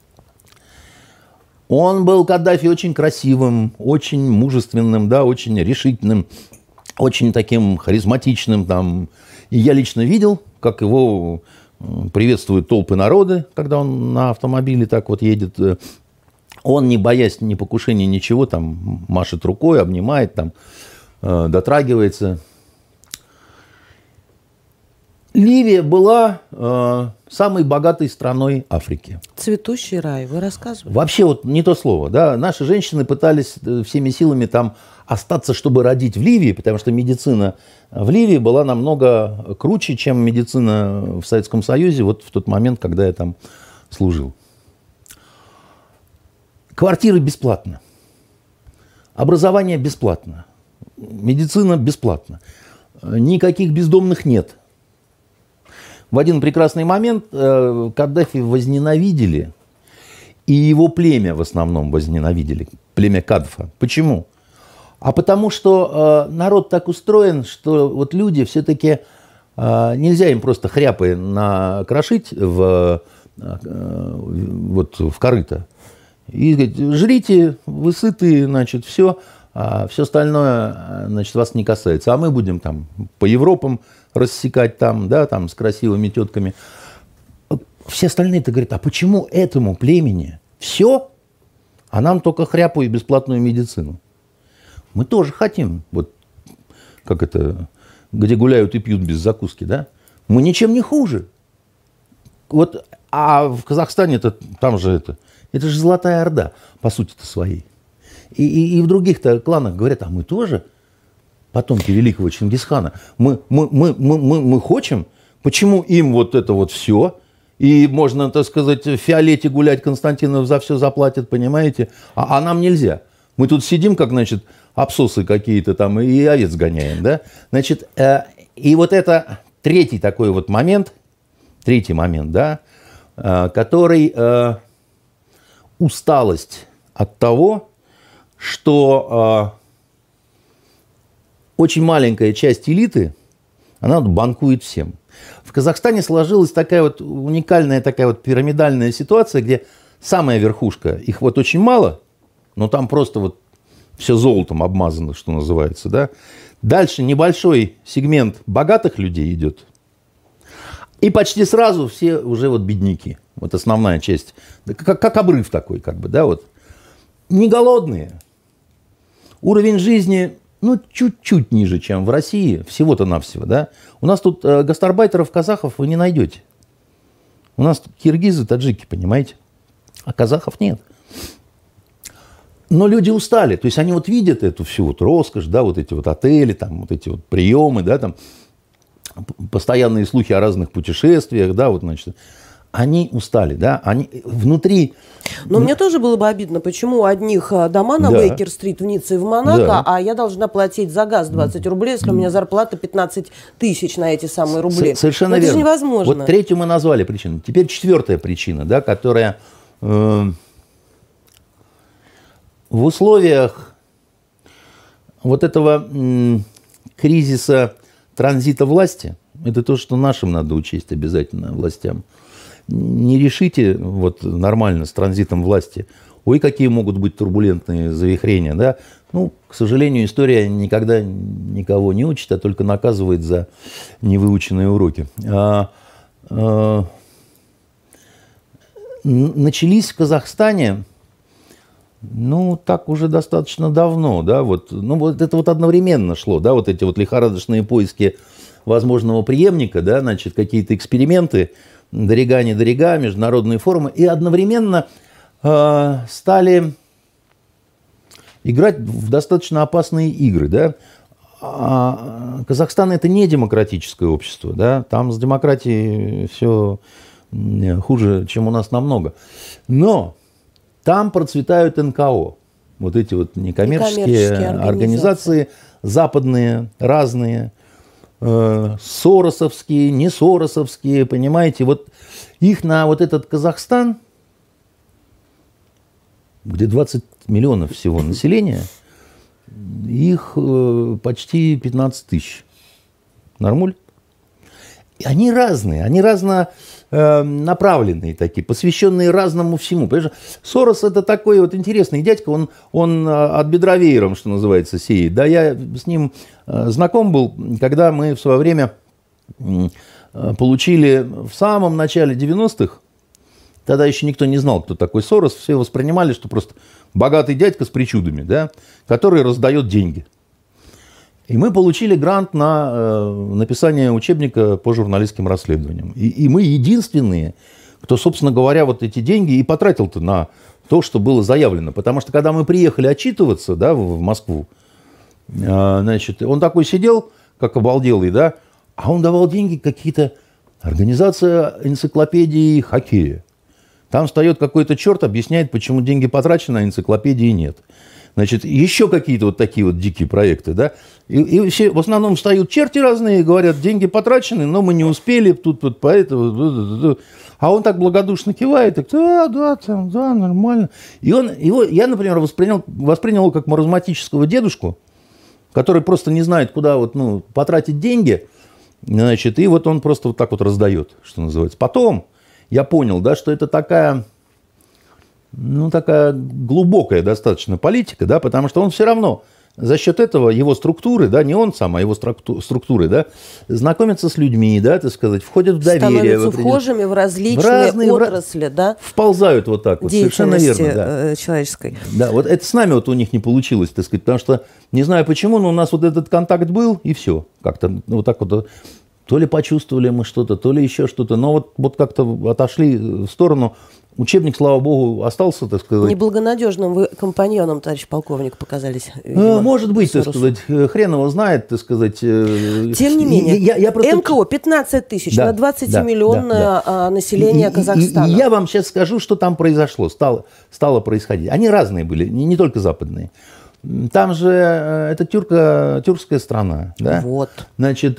Он был, Каддафи, очень красивым, очень мужественным, да, очень решительным, очень таким харизматичным. Там. И я лично видел, как его приветствуют толпы народа, когда он на автомобиле так вот едет. Он, не боясь ни покушения, ничего, там машет рукой, обнимает, там, дотрагивается. Ливия была самой богатой страной Африки. Цветущий рай, вы рассказывали. Вообще вот не то слово. Да? Наши женщины пытались всеми силами там остаться, чтобы родить в Ливии, потому что медицина в Ливии была намного круче, чем медицина в Советском Союзе вот в тот момент, когда я там служил. Квартиры бесплатно. Образование бесплатно. Медицина бесплатно. Никаких бездомных нет. В один прекрасный момент Каддафи возненавидели, и его племя в основном возненавидели, племя Каддафа. Почему? А потому что народ так устроен, что вот люди все-таки, нельзя им просто хряпы накрошить вот в корыто. И говорить, жрите, вы сытые, значит, все, а все остальное, значит, вас не касается. А мы будем там по Европам рассекать там, да, там с красивыми тетками. Все остальные-то говорят, а почему этому племени все, а нам только хряпу и бесплатную медицину? Мы тоже хотим, вот как это, где гуляют и пьют без закуски, да? Мы ничем не хуже. Вот, а в Казахстане-то, там же это же Золотая Орда, по сути-то своей. И в других-то кланах говорят, а мы тоже потомки великого Чингисхана. Мы хотим, почему им вот это вот все, и можно, так сказать, в фиолете гулять, Константинов за все заплатит, понимаете, а нам нельзя. Мы тут сидим, как, значит, абсосы какие-то там, и овец гоняем, да? Значит, и вот это третий такой вот момент, да, который усталость от того, что очень маленькая часть элиты, она банкует всем. В Казахстане сложилась такая вот уникальная такая вот пирамидальная ситуация, где самая верхушка, их вот очень мало, но там просто вот все золотом обмазано, что называется, да. Дальше небольшой сегмент богатых людей идет, и почти сразу все уже вот бедняки. Вот основная часть, как обрыв такой, как бы, да, вот. Не голодные. Уровень жизни, ну, чуть-чуть ниже, чем в России, всего-то навсего, да. У нас тут гастарбайтеров, казахов вы не найдете. У нас тут киргизы, таджики, понимаете, а казахов нет. Но люди устали, то есть они вот видят эту всю вот роскошь, да, вот эти вот отели, там, вот эти вот приемы, да, там, постоянные слухи о разных путешествиях, да, вот, значит, они устали, да, они внутри... Но мне тоже было бы обидно, почему у одних дома на Бейкер-стрит в Ницце и в Монако, а я должна платить за газ 20 рублей, если у меня зарплата 15 тысяч на эти самые рубли. Совершенно верно. Это же невозможно. Вот третью мы назвали причину. Теперь четвертая причина, да, которая в условиях вот этого кризиса транзита власти, это то, что нашим надо учесть обязательно властям. Не решите вот нормально с транзитом власти, ой, какие могут быть турбулентные завихрения, да. Ну, к сожалению, история никогда никого не учит, а только наказывает за невыученные уроки. Начались в Казахстане, ну, так уже достаточно давно, да, вот, ну, вот это вот одновременно шло, да, вот эти вот лихорадочные поиски возможного преемника, да, значит, какие-то эксперименты, дорога, не дорога, международные форумы, и одновременно стали играть в достаточно опасные игры, да. Казахстан – это не демократическое общество, да, там с демократией все хуже, чем у нас намного. Но там процветают НКО, вот эти вот некоммерческие организации, западные, разные, соросовские, не соросовские, понимаете, вот их на вот этот Казахстан, где 20 миллионов всего населения, их почти 15 тысяч. Нормуль? И они разные, они разнонаправленные такие, посвященные разному всему. Понимаешь, Сорос это такой вот интересный дядька, он от бедра веером, что называется, сеет. Да, я с ним знаком был, когда мы в свое время получили в самом начале 90-х, тогда еще никто не знал, кто такой Сорос, все воспринимали, что просто богатый дядька с причудами, да, который раздает деньги. И мы получили грант на написание учебника по журналистским расследованиям. И мы единственные, кто, собственно говоря, вот эти деньги и потратил-то на то, что было заявлено. Потому что, когда мы приехали отчитываться, да, в Москву, значит, он такой сидел, как обалделый, да, а он давал деньги какие-то организация энциклопедии хоккея. Там встает какой-то черт, объясняет, почему деньги потрачены, а энциклопедии нет. Значит, еще какие-то вот такие вот дикие проекты, да. И все, в основном встают черти разные и говорят, деньги потрачены, но мы не успели, тут вот поэтому... А он так благодушно кивает, и да, там, да, нормально. И я, например, воспринял его как маразматического дедушку, который просто не знает, куда вот, ну, потратить деньги, значит, и вот он просто вот так вот раздает, что называется. Потом я понял, да, что это такая, ну, такая глубокая достаточно политика, да, потому что он все равно за счет этого, его структуры, да, не он сам, а его структуры, да, знакомится с людьми, да, так сказать, входят в доверие. Становятся вхожими в различные отрасли, да. Вползают вот так вот, совершенно верно. Да. Человеческой. Да, вот это с нами вот у них не получилось, так сказать, потому что, не знаю почему, но у нас вот этот контакт был, и все. Как-то вот так вот, то ли почувствовали мы что-то, то ли еще что-то, но вот как-то отошли в сторону. Учебник, слава богу, остался, так сказать. Неблагонадежным вы компаньоном, товарищ полковник, показались. Может быть, так сказать, хрен его знает, так сказать. Тем не менее, я просто... НКО 15 тысяч на 20-миллионное население Казахстана. И я вам сейчас скажу, что там произошло, стало происходить. Они разные были, не только западные. Там же это тюркская страна. Да? Вот. Значит,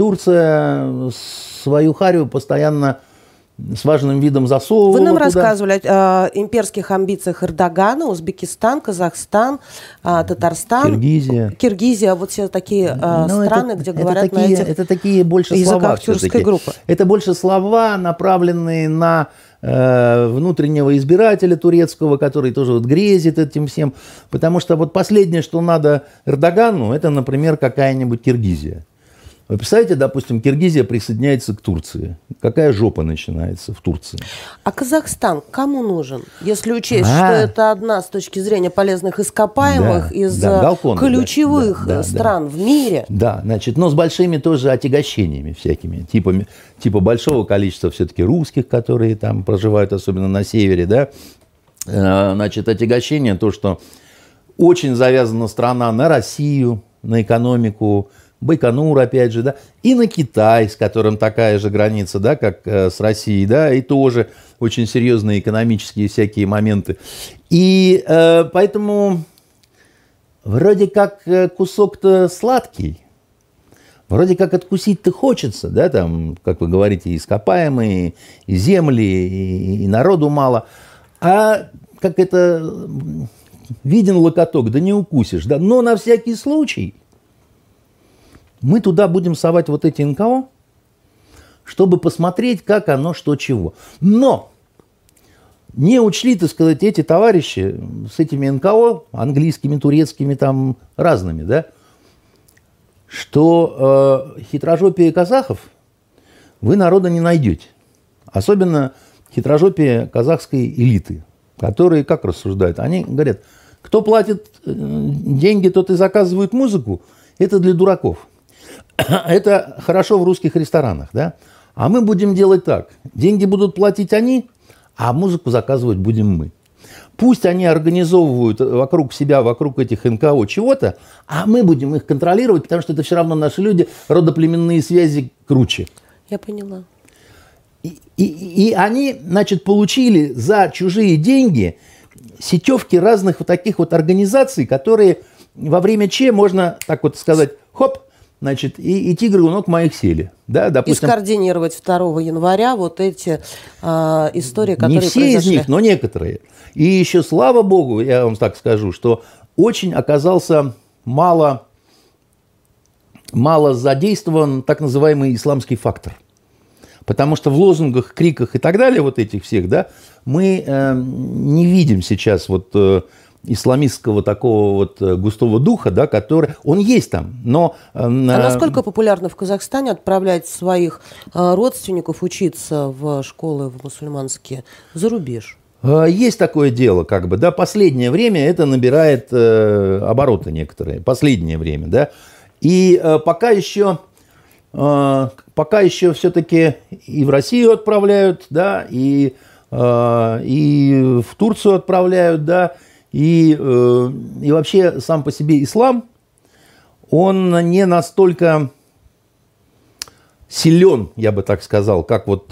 Турция свою харю постоянно с важным видом засовывала. Вы нам рассказывали о имперских амбициях Эрдогана, Узбекистан, Казахстан, Татарстан. Киргизия, вот все такие страны, где говорят на этих это такие больше слова. Тюркской группы. Это больше слова, направленные на внутреннего избирателя турецкого, который тоже вот грезит этим всем. Потому что вот последнее, что надо Эрдогану, это, например, какая-нибудь Киргизия. Вы представляете, допустим, Киргизия присоединяется к Турции. Какая жопа начинается в Турции? А Казахстан кому нужен? Если учесть, что это одна с точки зрения полезных ископаемых из ключевых стран в мире. Да, значит, но с большими тоже отягощениями всякими. Типа большого количества все-таки русских, которые там проживают, особенно на севере, да. Значит, отягощение то, что очень завязана страна на Россию, на экономику, Байконур, опять же, да, и на Китай, с которым такая же граница, да, как с Россией, да, и тоже очень серьезные экономические всякие моменты. И поэтому вроде как кусок-то сладкий, вроде как откусить-то хочется, да, там, как вы говорите, ископаемые, и земли, и народу мало, а как это, виден локоток, да не укусишь, да, но на всякий случай мы туда будем совать вот эти НКО, чтобы посмотреть, как оно, что, чего. Но не учли, так сказать, эти товарищи с этими НКО, английскими, турецкими, там, разными, да, что хитрожопие казахов вы народа не найдете. Особенно хитрожопие казахской элиты, которые как рассуждают? Они говорят, кто платит деньги, тот и заказывает музыку, это для дураков. Это хорошо в русских ресторанах, да? А мы будем делать так. Деньги будут платить они, а музыку заказывать будем мы. Пусть они организовывают вокруг себя, вокруг этих НКО чего-то, а мы будем их контролировать, потому что это все равно наши люди, родоплеменные связи круче. Я поняла. И они, значит, получили за чужие деньги сетевки разных вот таких вот организаций, которые во время Че можно, так вот сказать, хоп, значит, и тигры у ног моих сели. Да, допустим, и скоординировать 2 января вот эти истории, которые произошли. Не все из них, но некоторые. И еще, слава богу, я вам так скажу, что очень оказался мало задействован так называемый исламский фактор. Потому что в лозунгах, криках и так далее, вот этих всех, да, мы не видим сейчас вот исламистского такого вот густого духа, да, который... Он есть там, но... А насколько популярно в Казахстане отправлять своих родственников учиться в школы в мусульманские за рубеж? Есть такое дело, как бы, да, последнее время это набирает обороты некоторые, последнее время, да, И пока еще все-таки и в Россию отправляют, да, и в Турцию отправляют, да, и вообще сам по себе ислам, он не настолько силен, я бы так сказал, как вот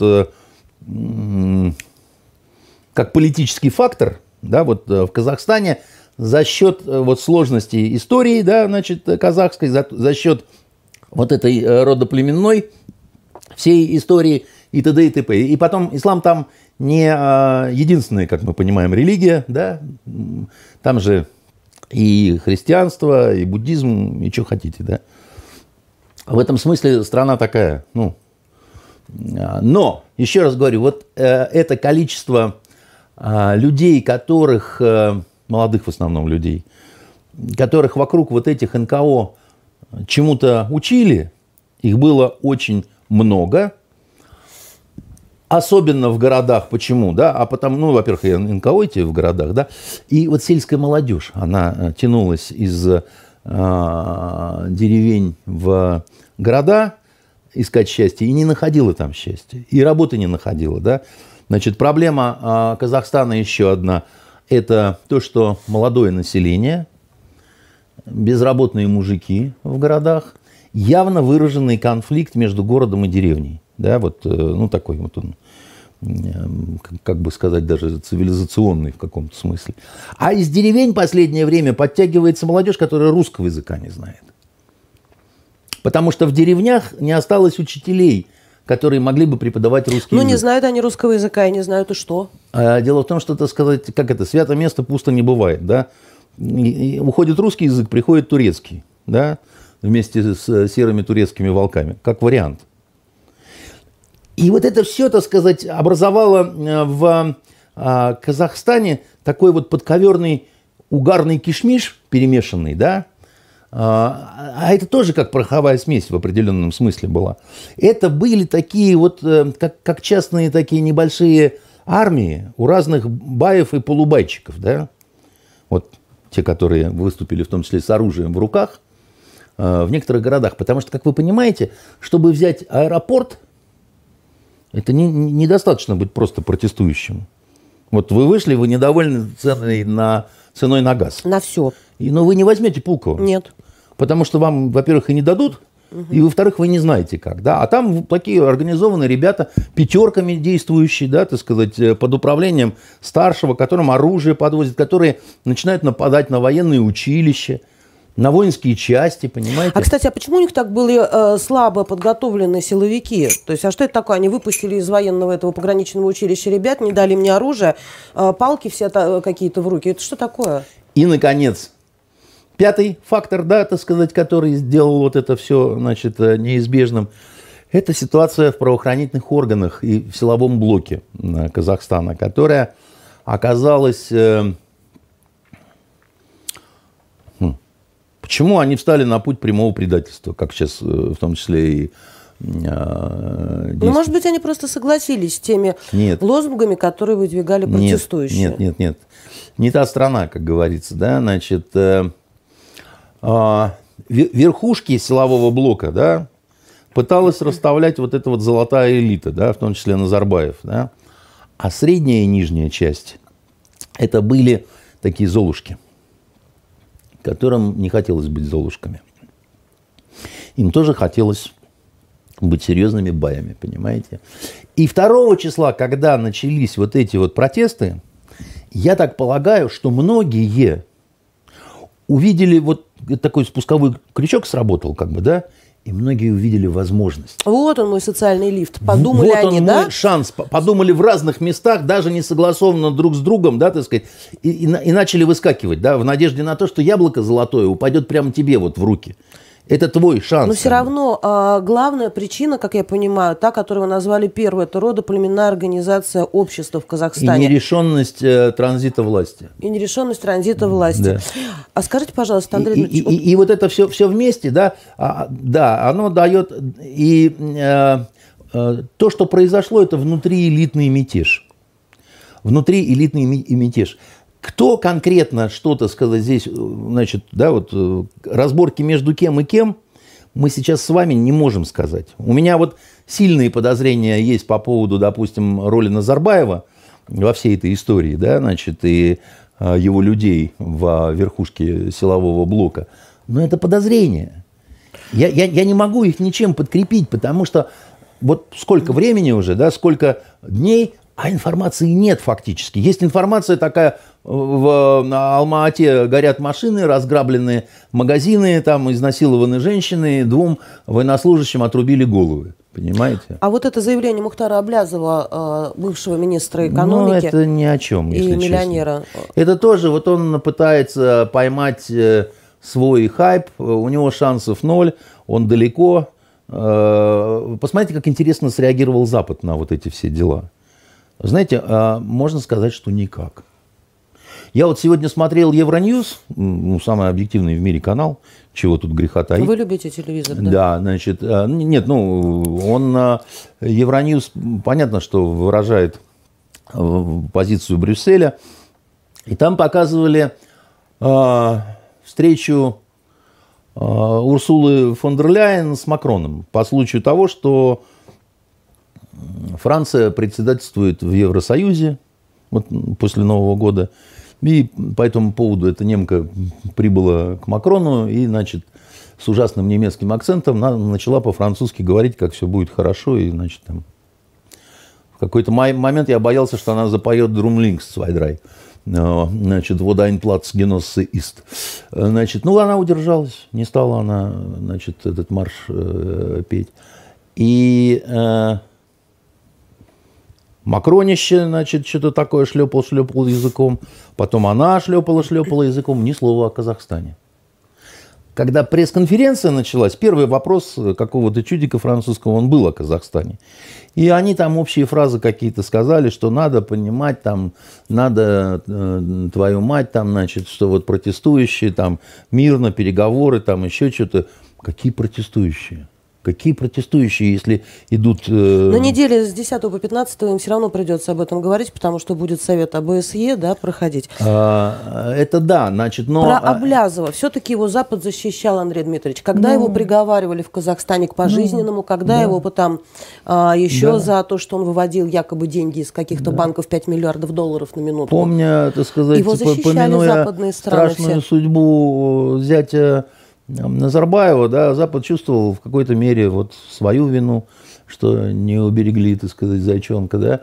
как политический фактор, да, вот в Казахстане за счет вот сложности истории, да, значит, казахской, за счет вот этой родоплеменной всей истории и т.д. и т.п. И потом ислам там не единственная, как мы понимаем, религия, да, там же и христианство, и буддизм, и что хотите, да. В этом смысле страна такая, ну. Но, еще раз говорю, вот это количество людей, которых, молодых в основном людей, которых вокруг вот этих НКО чему-то учили, их было очень много, особенно в городах. Почему? Да? А потому, ну, во-первых, и НКО эти в городах, да, и вот сельская молодежь, она тянулась из деревень в города искать счастье и не находила там счастья, и работы не находила, да. Значит, проблема Казахстана еще одна – это то, что молодое население, безработные мужики в городах, явно выраженный конфликт между городом и деревней. Да, вот, ну, такой вот он, как бы сказать, даже цивилизационный в каком-то смысле. А из деревень в последнее время подтягивается молодежь, которая русского языка не знает. Потому что в деревнях не осталось учителей, которые могли бы преподавать русский язык. Ну, не знают они русского языка, и не знают, и что. Дело в том, что, так сказать, как это, свято место пусто не бывает, да. И уходит русский язык, приходит турецкий, да, вместе с серыми турецкими волками, как вариант. И вот это все, так сказать, образовало в Казахстане такой вот подковерный угарный кишмиш перемешанный, да. А это тоже как пороховая смесь в определенном смысле была. Это были такие вот, как частные такие небольшие армии у разных баев и полубайчиков, да. Вот те, которые выступили в том числе с оружием в руках в некоторых городах. Потому что, как вы понимаете, чтобы взять аэропорт, это недостаточно быть просто протестующим. Вот вы вышли, вы недовольны ценой на газ. На все. Но вы не возьмете Пулково. Нет. Потому что вам, во-первых, и не дадут, и, во-вторых, вы не знаете как. Да? А там такие организованные ребята, пятерками действующие, да, так сказать, под управлением старшего, которым оружие подвозят, которые начинают нападать на военные училища, на воинские части, понимаете? А, кстати, а почему у них так были слабо подготовлены силовики? То есть, а что это такое? Они выпустили из военного этого пограничного училища ребят, не дали мне оружие, палки все какие-то в руки. Это что такое? И, наконец, пятый фактор, да, так сказать, который сделал вот это все, значит, неизбежным, это ситуация в правоохранительных органах и в силовом блоке Казахстана, которая оказалась... Почему они встали на путь прямого предательства, как сейчас в том числе и... Ну, может быть, они просто согласились с теми лозунгами, которые выдвигали протестующие. Нет. Не та страна, как говорится, да, значит... верхушки силового блока, да, пыталась расставлять вот эта вот золотая элита, да, в том числе Назарбаев, да, а средняя и нижняя часть это были такие золушки, которым не хотелось быть золушками. Им тоже хотелось быть серьезными баями, понимаете. И 2 числа, когда начались вот эти вот протесты, я так полагаю, что многие увидели, вот такой спусковой крючок сработал, как бы, да, и многие увидели возможность. Вот он, мой социальный лифт. Подумали вот они, он, да? Мой шанс. Подумали в разных местах, даже не согласованно друг с другом, да, так сказать, и начали выскакивать, да, в надежде на то, что яблоко золотое упадет прямо тебе вот в руки. Это твой шанс. Но все равно главная причина, как я понимаю, та, которую вы назвали первой, это родоплеменная организация общества в Казахстане. И нерешенность транзита власти. Да. А скажите, пожалуйста, Андрей Дмитриевич... И вот это все вместе, да, оно дает... И то, что произошло, это внутриэлитный мятеж. Внутриэлитный мятеж. Кто конкретно что-то сказать здесь, значит, да, вот разборки между кем и кем, мы сейчас с вами не можем сказать. У меня вот сильные подозрения есть по поводу, допустим, роли Назарбаева во всей этой истории, да, значит, и его людей в верхушке силового блока. Но это подозрения. Я не могу их ничем подкрепить, потому что вот сколько времени уже, да, сколько дней, а информации нет фактически. Есть информация такая: в Алма-Ате горят машины, разграблены магазины, там изнасилованы женщины, 2 военнослужащим отрубили головы. Понимаете? А вот это заявление Мухтара Аблязова, бывшего министра экономики, ну, это ни о чем, если и миллионера. Честно. Это тоже, вот он пытается поймать свой хайп, у него шансов 0, он далеко. Посмотрите, как интересно среагировал Запад на вот эти все дела. Знаете, можно сказать, что никак. Я вот сегодня смотрел Евроньюз, ну, самый объективный в мире канал, чего тут греха таить. Вы любите телевизор, да? Да, значит, нет, ну, он, Евроньюз, понятно, что выражает позицию Брюсселя, и там показывали встречу Урсулы фон дер Ляйен с Макроном по случаю того, что Франция председательствует в Евросоюзе вот, после Нового года. И по этому поводу эта немка прибыла к Макрону и, значит, с ужасным немецким акцентом начала по-французски говорить, как все будет хорошо. И, значит, там, в какой-то момент я боялся, что она запоет «Друмлингс Свайдрай». Значит, «Wo dein Platz Genosse ist». Значит, ну, она удержалась, не стала она, значит, этот марш петь. И Макронище, значит, что-то такое шлепал языком. Потом она шлепала языком. Ни слова о Казахстане. Когда пресс-конференция началась, первый вопрос какого-то чудика французского, он был о Казахстане. И они там общие фразы какие-то сказали, что надо понимать, там, надо, твою мать, там, значит, что вот протестующие, там, мирно, переговоры, там, еще что-то. Какие протестующие? Какие протестующие, если идут... На неделе с 10 по 15 им все равно придется об этом говорить, потому что будет совет ОБСЕ, да, проходить. Это да, значит, но... Про Аблязова. Все-таки его Запад защищал, Андрей Дмитриевич. Когда его приговаривали в Казахстане к пожизненному, когда его потом еще за то, что он выводил якобы деньги из каких-то банков, 5 миллиардов долларов на минуту. Помня, так сказать, его защищали западные страны страшную все. судьбу зятя Назарбаева, да, Запад чувствовал в какой-то мере вот свою вину, что не уберегли, так сказать, зайчонка, да.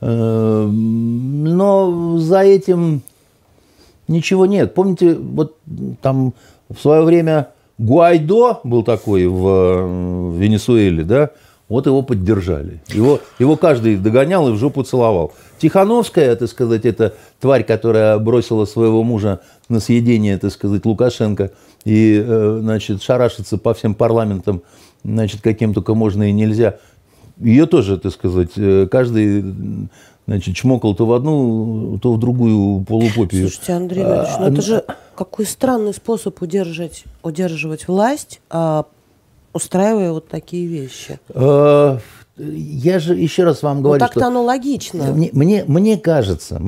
Но за этим ничего нет. Помните, вот там в свое время Гуайдо был такой в Венесуэле, да, вот его поддержали. Его каждый догонял и в жопу целовал. Тихановская, так сказать, это тварь, которая бросила своего мужа на съедение, так сказать, Лукашенко, и, значит, шарашится по всем парламентам, значит, каким только можно и нельзя. Ее тоже, так сказать, каждый, значит, чмокал то в одну, то в другую полупопию. Слушайте, Андрей Ильич, ну это же какой странный способ удерживать власть, устраивая вот такие вещи. Я же еще раз вам говорю, так-то оно логично. Мне кажется,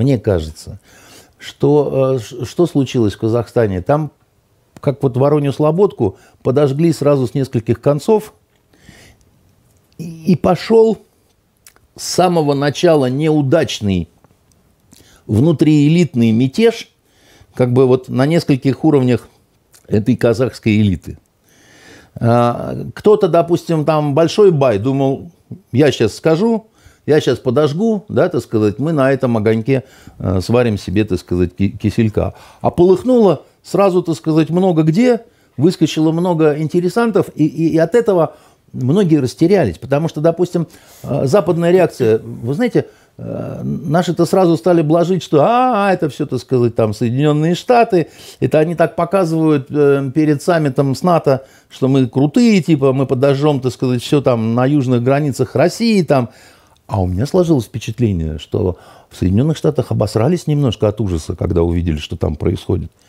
что случилось в Казахстане. Там, как вот Воронью Слободку, подожгли сразу с нескольких концов, и пошел с самого начала неудачный внутриэлитный мятеж, как бы вот на нескольких уровнях этой казахской элиты. Кто-то, допустим, там большой бай думал, я сейчас скажу, я сейчас подожгу, да, так сказать, мы на этом огоньке сварим себе, так сказать, киселька. А полыхнуло сразу, так сказать, много где, выскочило много интересантов, и от этого многие растерялись. Потому что, допустим, западная реакция, вы знаете, наши-то сразу стали блажить, что это все, так сказать, там Соединенные Штаты, это они так показывают перед саммитом с НАТО, что мы крутые, типа мы подожжем, так сказать, все там на южных границах России там. А у меня сложилось впечатление, что в Соединенных Штатах обосрались немножко от ужаса, когда увидели, что там происходит.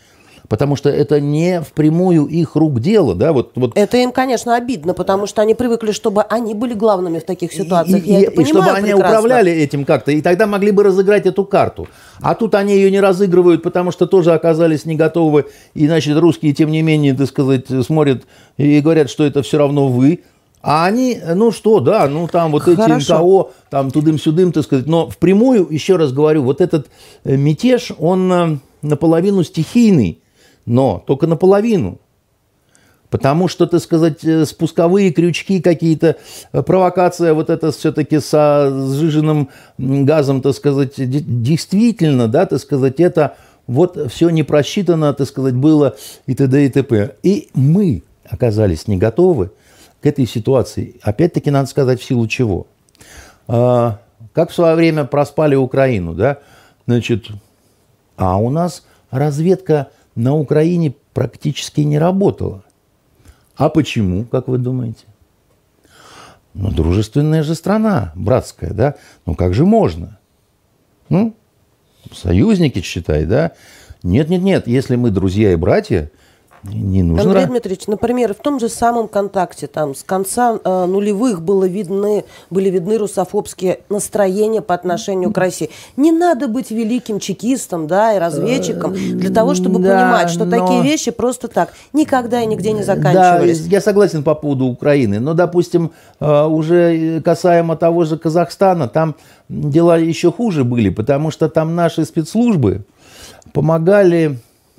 Потому что это не впрямую их рук дело, да, вот. Это им, конечно, обидно, потому что они привыкли, чтобы они были главными в таких ситуациях. Я это И понимаю чтобы они прекрасно. управляли этим как-то, и тогда могли бы разыграть эту карту. А тут они ее не разыгрывают, потому что тоже оказались не готовы, и, значит, русские, тем не менее, так сказать, смотрят и говорят, что это все равно вы. А они, ну что, да, ну там вот эти НКО, там тудым-сюдым, так сказать. Но впрямую, еще раз говорю, вот этот мятеж, он наполовину стихийный, но только наполовину. Потому что, так сказать, спусковые крючки какие-то, провокация вот это все-таки со сжиженным газом, так сказать, действительно, да, так сказать, это вот все не просчитано, так сказать, было и т.д. и т.п. И мы оказались не готовы к этой ситуации. Опять-таки, надо сказать, в силу чего. Как в свое время проспали Украину, да, значит, а у нас разведка на Украине практически не работала. А почему, как вы думаете? Ну, дружественная же страна, братская, да? Ну, как же можно? Ну, союзники, считай, да? Нет, если мы друзья и братья, не нужно... Андрей Дмитриевич, например, в том же самом «Контакте», там, с конца нулевых были видны русофобские настроения по отношению к России. Не надо быть великим чекистом, да, и разведчиком для того, чтобы понимать, что такие вещи просто так никогда и нигде не заканчивались. Да, я согласен по поводу Украины, но, допустим, уже касаемо того же Казахстана, там дела еще хуже были, потому что там наши спецслужбы помогали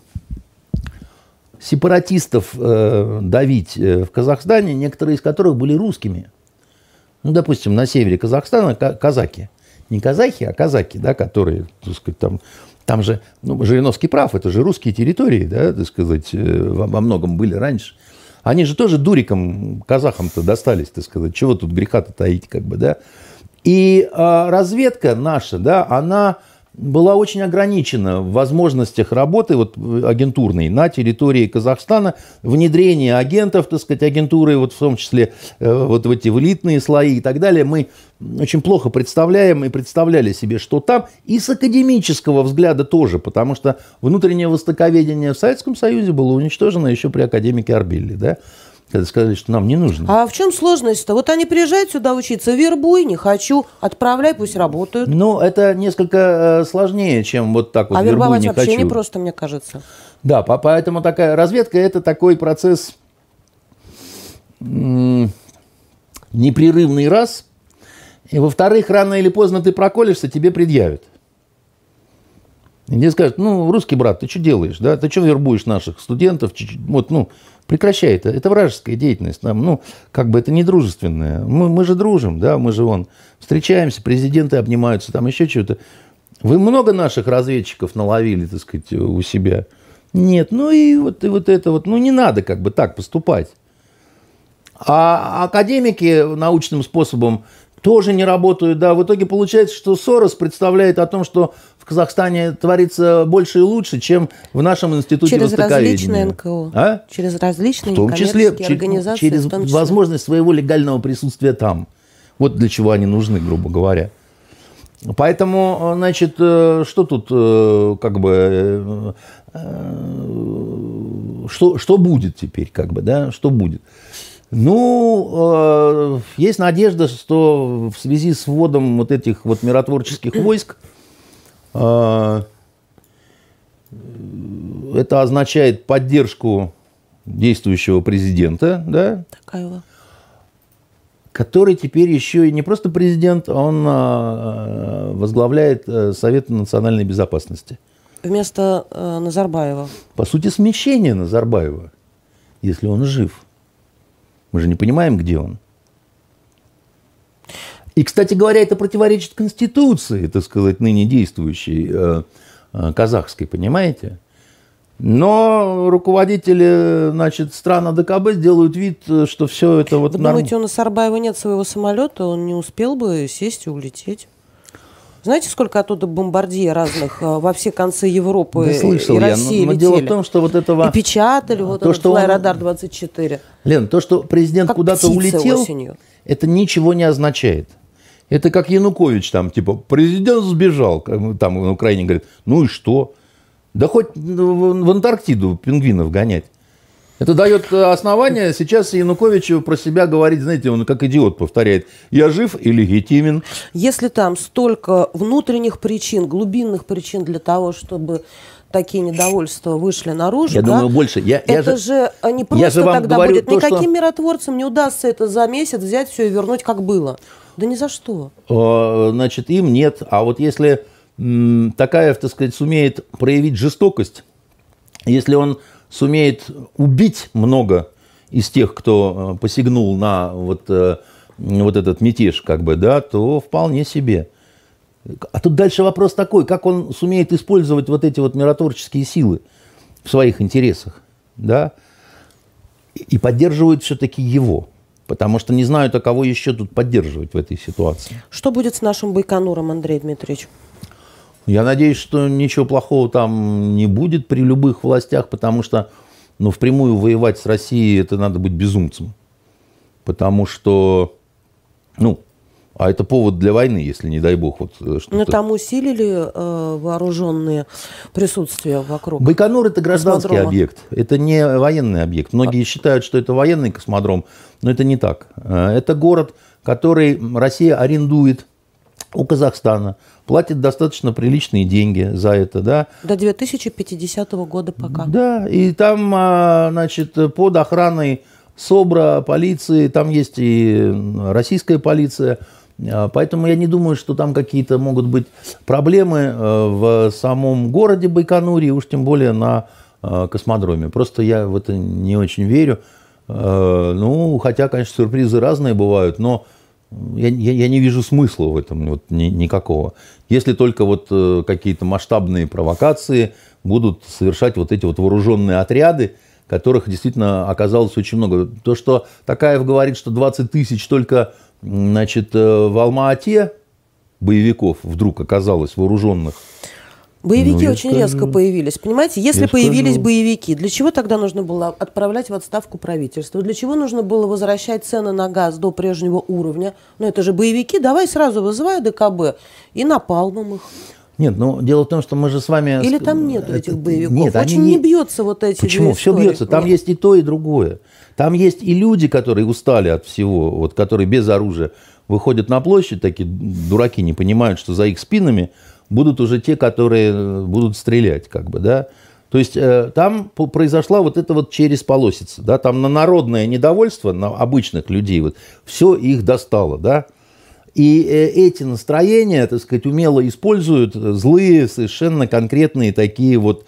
сепаратистов давить в Казахстане, некоторые из которых были русскими. Ну, допустим, на севере Казахстана казаки. Не казахи, а казаки, да, которые, так сказать, там же, ну, Жириновский прав, это же русские территории, да, так сказать, во многом были раньше. Они же тоже дурикам, казахам-то достались, так сказать, чего тут греха-то таить, как бы, да. И разведка наша, да, она была очень ограничена в возможностях работы вот, агентурной на территории Казахстана, внедрение агентов, так сказать, агентуры, вот, в том числе вот в эти элитные слои и так далее. Мы очень плохо представляем и представляли себе, что там, и с академического взгляда тоже, потому что внутреннее востоковедение в Советском Союзе было уничтожено еще при академике Арбелле, да, когда сказали, что нам не нужно. А в чем сложность-то? Вот они приезжают сюда учиться, вербуй, не хочу, отправляй, пусть работают. Ну, это несколько сложнее, чем вот так вот вербуй, не хочу. А вербовать вообще не просто, мне кажется. Да, поэтому такая разведка – это такой процесс непрерывный раз. И, во-вторых, рано или поздно ты проколешься, тебе предъявят. И тебе скажут, ну, русский брат, ты что делаешь, да? Ты что вербуешь наших студентов? Вот, ну, прекращай это. Это вражеская деятельность. Нам, ну, как бы это не дружественная. Мы же дружим, да, мы же встречаемся, президенты обнимаются, там еще что-то. Вы много наших разведчиков наловили, так сказать, у себя? Нет, ну и вот это вот, ну, не надо как бы так поступать. А академики научным способом тоже не работают, да. В итоге получается, что Сорос представляет о том, что в Казахстане творится больше и лучше, чем в нашем институте востоковедения. Через различные НКО. А? Через различные в том числе, организации. Через возможность своего легального присутствия там. Вот для чего они нужны, грубо говоря. Поэтому, значит, что тут как бы... Что будет теперь, как бы, да? Что будет? Ну, есть надежда, что в связи с вводом вот этих вот миротворческих войск это означает поддержку действующего президента, да? Такая. Который теперь еще и не просто президент, он возглавляет Совет национальной безопасности. Вместо Назарбаева. По сути, смещение Назарбаева, если он жив. Мы же не понимаем, где он. И, кстати говоря, это противоречит Конституции, так сказать, ныне действующей казахской, понимаете? Но руководители, значит, стран АДКБ делают вид, что все это вот... Вы думаете, у Назарбаева нет своего самолета, он не успел бы сесть и улететь? Знаете, сколько оттуда бомбардье разных во все концы Европы и России но летели? Дело в том, что вот этого... И печатали вот этот Флайрадар-24. Лен, то, что президент как куда-то улетел, осенью. Это ничего не означает. Это как Янукович там, типа, президент сбежал, там на Украине говорят, ну и что? Да хоть в Антарктиду пингвинов гонять. Это дает основание сейчас Януковичу про себя говорить, знаете, он как идиот повторяет: я жив и легитимен. Если там столько внутренних причин, глубинных причин для того, чтобы такие недовольства вышли наружу, я думаю, больше. Это же не просто тогда будет. То, никаким что... миротворцам не удастся это за месяц взять все и вернуть, как было. Да ни за что. Значит, им нет. А вот если Токаев, так сказать, сумеет проявить жестокость, если он сумеет убить много из тех, кто посягнул на вот этот мятеж, как бы, да, то вполне себе. А тут дальше вопрос такой: как он сумеет использовать вот эти вот миротворческие силы в своих интересах, да, и поддерживают все-таки его. Потому что не знают, а кого еще тут поддерживать в этой ситуации. Что будет с нашим Байконуром, Андрей Дмитриевич? Я надеюсь, что ничего плохого там не будет при любых властях, потому что впрямую воевать с Россией — это надо быть безумцем. Потому что, а это повод для войны, если, не дай бог, вот что-то... Но там усилили вооруженные присутствие вокруг. Байконур — это гражданский космодрома. Объект, это не военный объект. Многие считают, что это военный космодром, но это не так. Это город, который Россия арендует у Казахстана, платит достаточно приличные деньги за это, да. До 2050 года пока. Да, и там, значит, под охраной СОБРа, полиции, там есть и российская полиция, поэтому я не думаю, что там какие-то могут быть проблемы в самом городе Байконуре, уж тем более на космодроме. Просто я в это не очень верю. Хотя, конечно, сюрпризы разные бывают, но я не вижу смысла в этом вот никакого. Если только вот какие-то масштабные провокации будут совершать вот эти вот вооруженные отряды, которых действительно оказалось очень много. То, что Токаев говорит, что 20 тысяч только, значит, в Алма-Ате боевиков вдруг оказалось вооруженных. Боевики очень резко появились. Понимаете, если появились боевики, для чего тогда нужно было отправлять в отставку правительство? Для чего нужно было возвращать цены на газ до прежнего уровня? Это же боевики, давай сразу вызывай ДКБ и напалмом их. Нет, дело в том, что мы же с вами... Или там нету этих боевиков? Нет, очень не бьется вот эти Почему? Все бьется. Там есть и то, и другое. Там есть и люди, которые устали от всего, вот, которые без оружия выходят на площадь, такие дураки не понимают, что за их спинами будут уже те, которые будут стрелять, как бы, да. То есть там произошла вот эта вот чересполосица, да, там на народное недовольство, на обычных людей, вот, все их достало, да. И эти настроения, так сказать, умело используют злые, совершенно конкретные такие вот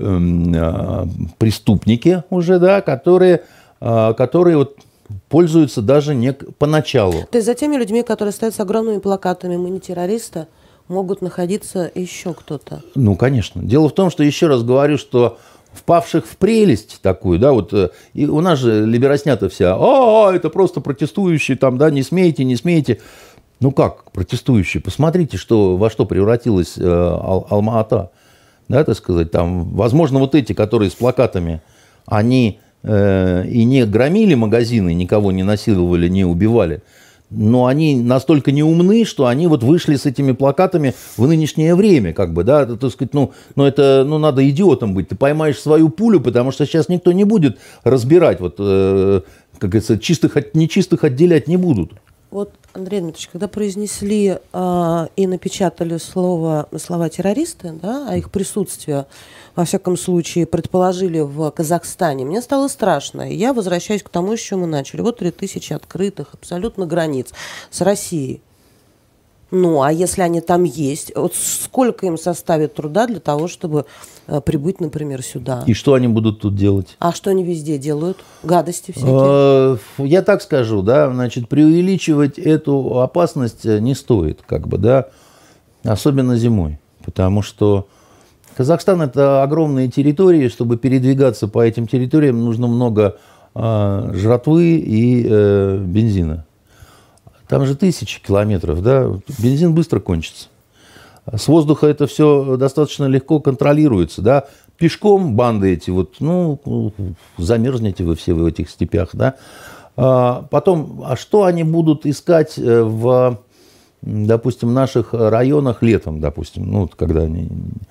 преступники уже, да, которые вот пользуются даже не поначалу. То есть за теми людьми, которые стоят с огромными плакатами «Мы не террористы», могут находиться еще кто-то? Конечно. Дело в том, что, еще раз говорю, что впавших в прелесть такую, да, вот и у нас же либероснята вся: это просто протестующие там, да, не смейте, не смейте. Как протестующие? Посмотрите, во что превратилась Алма-Ата. Да, так сказать, там, возможно, вот эти, которые с плакатами, они и не громили магазины, никого не насиловали, не убивали, но они настолько неумны, что они вот вышли с этими плакатами в нынешнее время, как бы, да, так сказать, надо идиотом быть, ты поймаешь свою пулю, потому что сейчас никто не будет разбирать, вот, как говорится, чистых от нечистых отделять не будут. Вот, Андрей Дмитриевич, когда произнесли и напечатали слова террористы, да, а их присутствие, во всяком случае, предположили в Казахстане, мне стало страшно. И я возвращаюсь к тому, с чего мы начали. Вот 3000 открытых абсолютно границ с Россией. А если они там есть, вот сколько им составит труда для того, чтобы прибыть, например, сюда? И что они будут тут делать? А что они везде делают? Гадости всякие? Я так скажу, да, значит, преувеличивать эту опасность не стоит, как бы, да, особенно зимой, потому что Казахстан — это огромные территории, чтобы передвигаться по этим территориям нужно много жратвы и бензина. Там же 1000 километров, да, бензин быстро кончится. С воздуха это все достаточно легко контролируется, да. Пешком банды эти, вот, замерзнете вы все в этих степях, да. Потом, что они будут искать в, допустим, наших районах летом, допустим, когда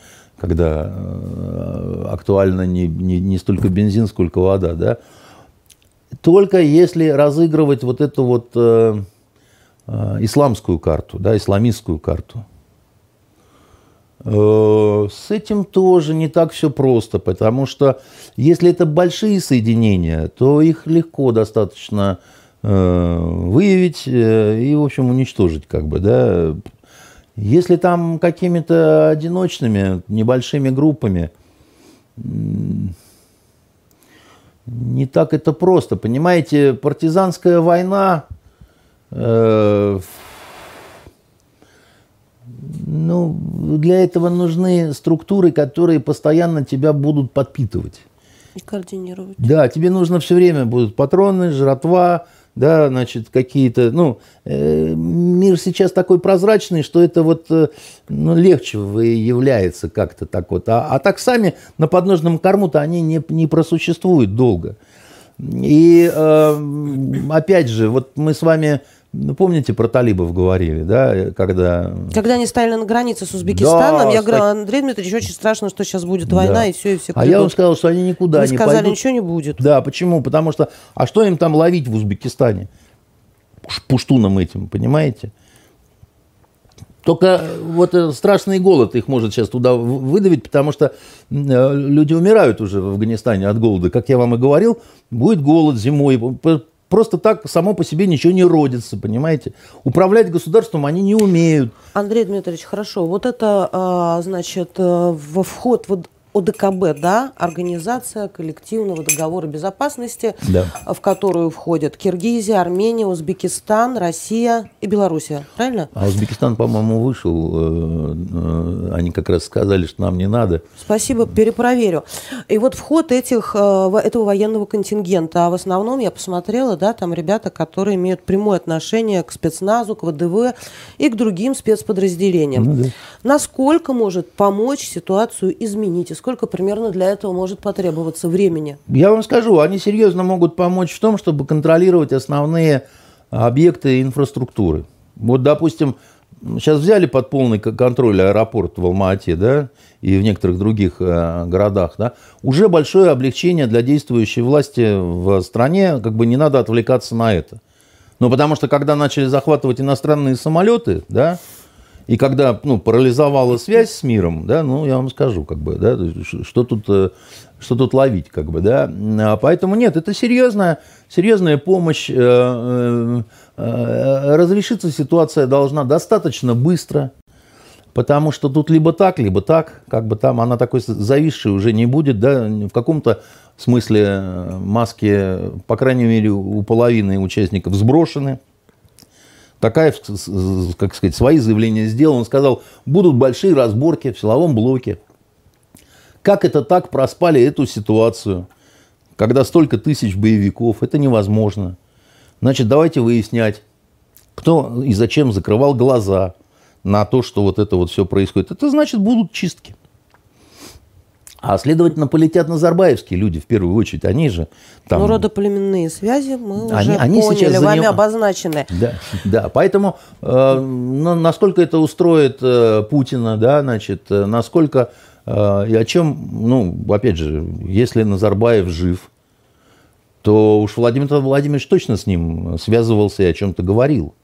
когда актуально не столько бензин, сколько вода, да. Только если разыгрывать вот эту вот исламскую карту, да, исламистскую карту. С этим тоже не так все просто, потому что если это большие соединения, то их легко достаточно выявить и, в общем, уничтожить, как бы, да. Если там какими-то одиночными, небольшими группами, не так это просто. Понимаете, партизанская война, ну, для этого нужны структуры, которые постоянно тебя будут подпитывать. И координировать. Да, тебе нужно все время будут патроны, жратва, да, значит, какие-то, ну, мир сейчас такой прозрачный, что это вот, ну, легче выявляется как-то так вот. А так сами на подножном корму-то они не просуществуют долго. И, опять же, вот мы с вами... Ну, помните, про талибов говорили, да, когда они стояли на границе с Узбекистаном, я говорила, Андрей Дмитриевич, очень страшно, что сейчас будет война, и все придут. А я вам сказал, что они никуда не пойдут. Вы сказали, ничего не будет. Да, почему? Потому что, а что им там ловить в Узбекистане? Пуштунам этим, понимаете? Только вот страшный голод их может сейчас туда выдавить, потому что люди умирают уже в Афганистане от голода. Как я вам и говорил, будет голод зимой. Просто так само по себе ничего не родится, понимаете? Управлять государством они не умеют. Андрей Дмитриевич, хорошо. Вот это, значит, во вход в ОДКБ, да, Организация коллективного договора безопасности, да, в которую входят Киргизия, Армения, Узбекистан, Россия и Белоруссия, правильно? А Узбекистан, по-моему, вышел. Они как раз сказали, что нам не надо. Спасибо, перепроверю. И вот вход этого военного контингента, а в основном я посмотрела, да, там ребята, которые имеют прямое отношение к спецназу, к ВДВ и к другим спецподразделениям. Ну, да. Насколько может помочь ситуацию изменить? И сколько примерно для этого может потребоваться времени? Я вам скажу, они серьезно могут помочь в том, чтобы контролировать основные объекты инфраструктуры. Вот, допустим, сейчас взяли под полный контроль аэропорт в Алма-Ате, да, и в некоторых других городах, да, уже большое облегчение для действующей власти в стране, как бы не надо отвлекаться на это. Ну, потому что когда начали захватывать иностранные самолеты, да, и когда, ну, парализовала связь с миром, да, ну, я вам скажу, как бы, да, что тут ловить, как бы, да. Поэтому нет, это серьезная помощь. Разрешиться ситуация должна достаточно быстро, потому что тут либо так, как бы там она такой зависшей уже не будет, да, в каком-то смысле маски, по крайней мере, у половины участников сброшены. Такаев, как сказать, свои заявления сделал. Он сказал, будут большие разборки в силовом блоке. Как это так проспали эту ситуацию, когда столько тысяч боевиков? Это невозможно. Значит, давайте выяснять, кто и зачем закрывал глаза на то, что вот это вот все происходит. Это значит, будут чистки. А, следовательно, полетят назарбаевские люди, в первую очередь. Они же там... Ну, родоплеменные связи мы уже поняли, вами обозначены. Да, поэтому насколько это устроит Путина, да, значит, насколько и о чем, ну, опять же, если Назарбаев жив, то уж Владимир Владимирович точно с ним связывался и о чем-то говорил.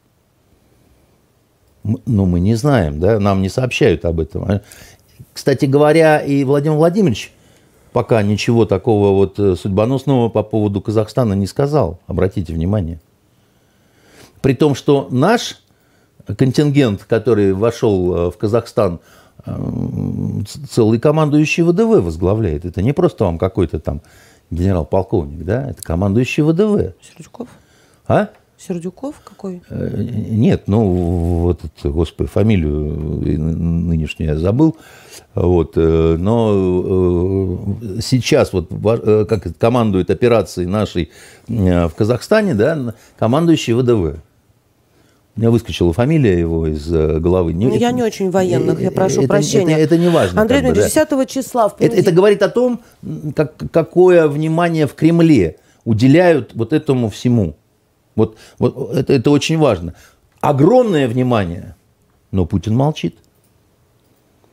Но мы не знаем, да, нам не сообщают об этом. Кстати говоря, и Владимир Владимирович пока ничего такого вот судьбоносного по поводу Казахстана не сказал. Обратите внимание. При том, что наш контингент, который вошел в Казахстан, целый командующий ВДВ возглавляет. Это не просто вам какой-то там генерал-полковник, да? Это командующий ВДВ. Сердюков? А? Сердюков какой? Нет, ну, вот, господи, фамилию нынешнюю я забыл. Вот, но сейчас, вот, как командует операцией нашей в Казахстане, да, командующий ВДВ. У меня выскочила фамилия его из головы. Ну, я не очень военных, я прошу прощения. Это не важно. Андрей Дмитриевич, 10 числа в понедельник. Это говорит о том, какое внимание в Кремле уделяют вот этому всему. Вот это очень важно. Огромное внимание, но Путин молчит.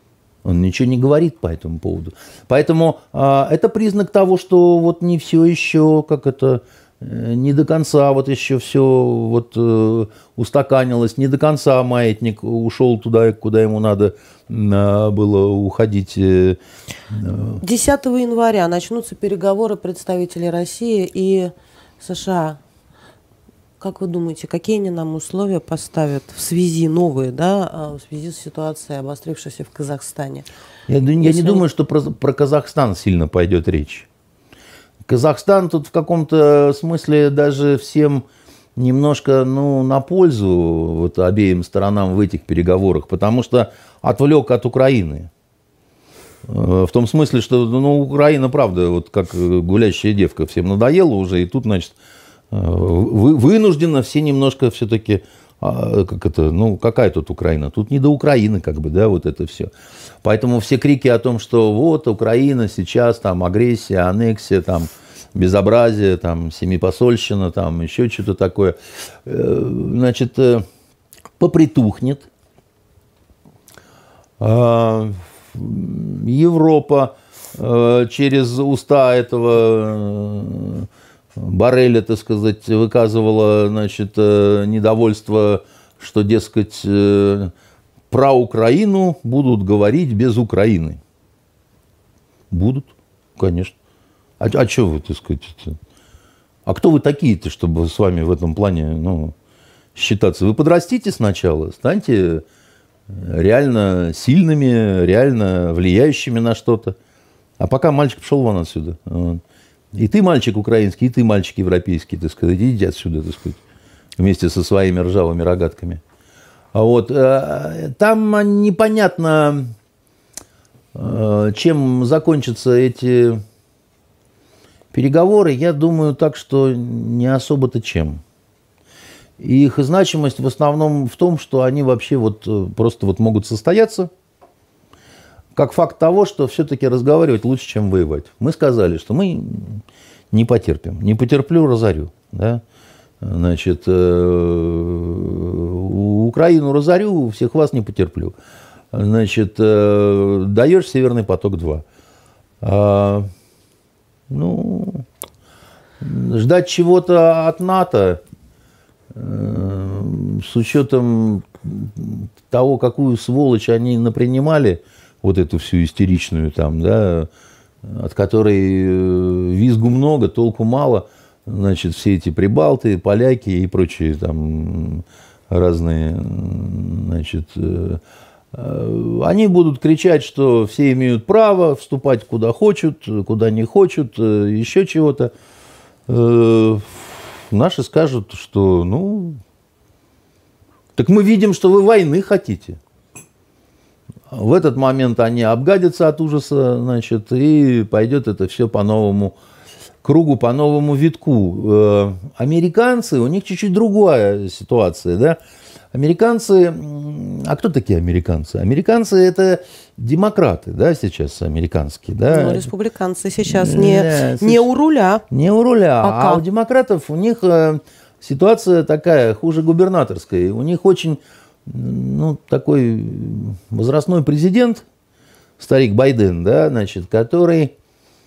Он ничего не говорит по этому поводу. Поэтому это признак того, что вот не все еще, как это, не до конца вот еще все вот устаканилось, не до конца маятник ушел туда, куда ему надо было уходить. 10 января начнутся переговоры представителей России и США. Как вы думаете, какие они нам условия поставят в связи новые, да, в связи с ситуацией, обострившейся в Казахстане? Я не думаю, что про Казахстан сильно пойдет речь. Казахстан тут в каком-то смысле даже всем немножко на пользу вот, обеим сторонам в этих переговорах, потому что отвлек от Украины. В том смысле, что Украина, правда, вот как гулящая девка, всем надоела уже, и тут, значит, вынужденно все немножко все-таки, какая тут Украина? Тут не до Украины, как бы, да, вот это все. Поэтому все крики о том, что вот Украина сейчас, там, агрессия, аннексия, там, безобразие, там, семипосольщина, там, еще что-то такое, значит, попритухнет. Европа через уста этого Борреля, так сказать, выказывала, значит, недовольство, что, дескать, про Украину будут говорить без Украины. Будут, конечно. А что вы, так сказать, а кто вы такие-то, чтобы с вами в этом плане, считаться? Вы подрастите сначала, станьте реально сильными, реально влияющими на что-то. А пока мальчик пошел вон отсюда. И ты мальчик украинский, и ты мальчик европейский, так сказать, иди отсюда, так сказать, вместе со своими ржавыми рогатками. Вот. Там непонятно, чем закончатся эти переговоры. Я думаю так, что не особо-то чем. И их значимость в основном в том, что они вообще вот просто вот могут состояться, как факт того, что все-таки разговаривать лучше, чем воевать. Мы сказали, что мы не потерпим. Не потерплю, разорю. Да? Значит, Украину разорю, всех вас не потерплю. Значит, даешь «Северный поток-2». Ждать чего-то от НАТО, с учетом того, какую сволочь они напринимали, вот эту всю истеричную там, да, от которой визгу много, толку мало, значит, все эти прибалты, поляки и прочие там разные, значит, они будут кричать, что все имеют право вступать куда хочут, куда не хочут, еще чего-то. Наши скажут, что, так мы видим, что вы войны хотите. В этот момент они обгадятся от ужаса, значит, и пойдет это все по новому кругу, по новому витку. Американцы, у них чуть-чуть другая ситуация, да. Американцы, а кто такие американцы? Американцы – это демократы, да, сейчас американские, да. Республиканцы сейчас не у руля. Не у руля, пока. А у демократов у них ситуация такая, хуже губернаторской. У них очень, такой возрастной президент, старик Байден, да, значит, который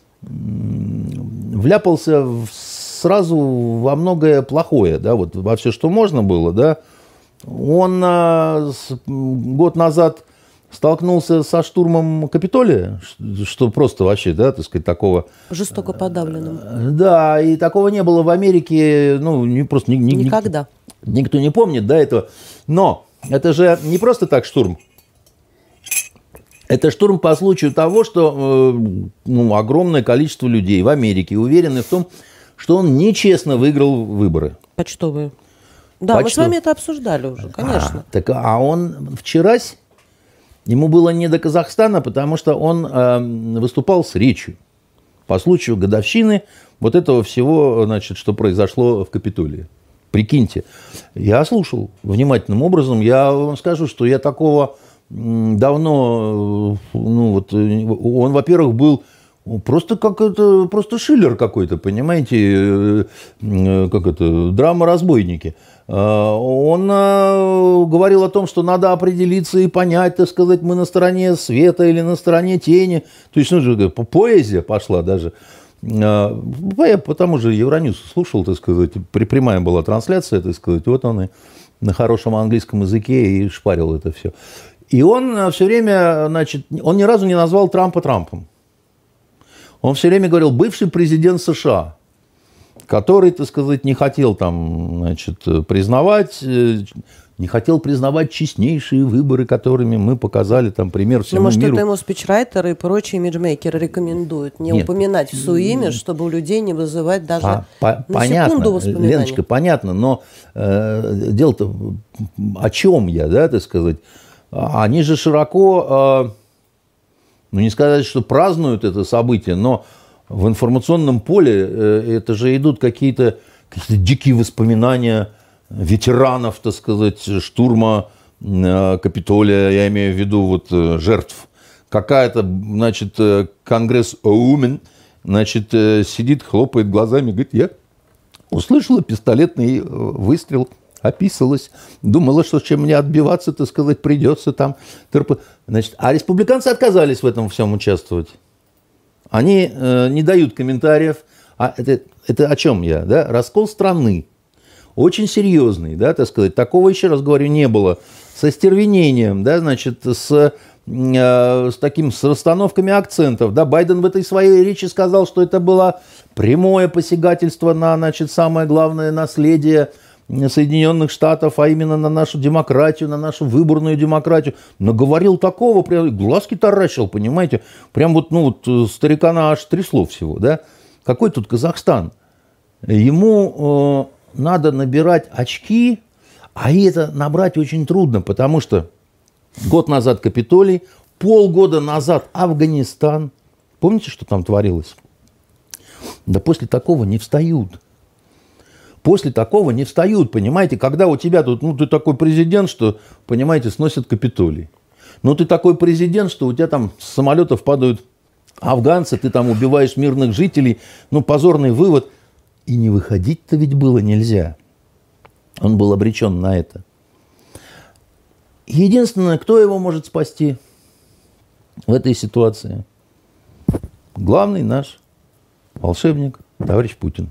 вляпался сразу во многое плохое, да, вот во все, что можно было, да. Он год назад столкнулся со штурмом Капитолия, что просто вообще, да, так сказать, такого... Жестоко подавленным. Да, и такого не было в Америке, просто... Никогда. Никто не помнит, да, этого. Но это же не просто так штурм. Это штурм по случаю того, что огромное количество людей в Америке уверены в том, что он нечестно выиграл выборы. Почтовые. Да, мы с вами это обсуждали уже, конечно. А он вчерась, ему было не до Казахстана, потому что он выступал с речью по случаю годовщины вот этого всего, значит, что произошло в Капитолии. Прикиньте, я слушал внимательным образом, я вам скажу, что я такого давно, он, во-первых, был Просто как это, просто Шиллер какой-то, понимаете, как это, драма «Разбойники». Он говорил о том, что надо определиться и понять, так сказать, мы на стороне света или на стороне тени. То есть, ну, поэзия пошла даже. Я по тому же Евроньюз слушал, так сказать, прямая была трансляция, так сказать, вот он и на хорошем английском языке и шпарил это все. И он все время, значит, он ни разу не назвал Трампа Трампом. Он все время говорил бывший президент США, который, так сказать, не хотел там, значит, признавать, не хотел признавать честнейшие выборы, которыми мы показали там пример всему миру. Может, это ему спичрайтеры и прочие имиджмейкеры рекомендуют не упоминать в свой имидж, чтобы у людей не вызывать даже на секунду воспоминаний. Леночка, понятно, но дело-то о чем я, да, так сказать. Они же широко, ну не сказать, что празднуют это событие, но в информационном поле это же идут какие-то дикие воспоминания ветеранов, так сказать, штурма Капитолия, я имею в виду вот жертв. Какая-то, значит, конгресс-вумен, значит, сидит, хлопает глазами, говорит, я услышала пистолетный выстрел, описалась, думала, что чем мне отбиваться, так сказать, придется там. Значит, а республиканцы отказались в этом всем участвовать. Они не дают комментариев. А это о чем я? Да? Раскол страны. Очень серьезный, да, так сказать. Такого, еще раз говорю, не было. Со стервенением, да, значит, с расстановками акцентов. Да? Байден в этой своей речи сказал, что это было прямое посягательство на, значит, самое главное наследие Соединенных Штатов, а именно на нашу демократию, на нашу выборную демократию. Но говорил такого, прям глазки таращил, понимаете, прям вот, ну, вот старикана аж трясло всего, да. Какой тут Казахстан? Ему надо набирать очки, а это набрать очень трудно, потому что год назад Капитолий, полгода назад Афганистан. Помните, что там творилось? Да после такого не встают. После такого не встают, понимаете, когда у тебя тут, ну, ты такой президент, что, понимаете, сносят Капитолий. Ну, ты такой президент, что у тебя там с самолетов падают афганцы, ты там убиваешь мирных жителей. Ну, позорный вывод. И не выходить-то ведь было нельзя. Он был обречен на это. Единственное, кто его может спасти в этой ситуации? Главный наш волшебник, товарищ Путин.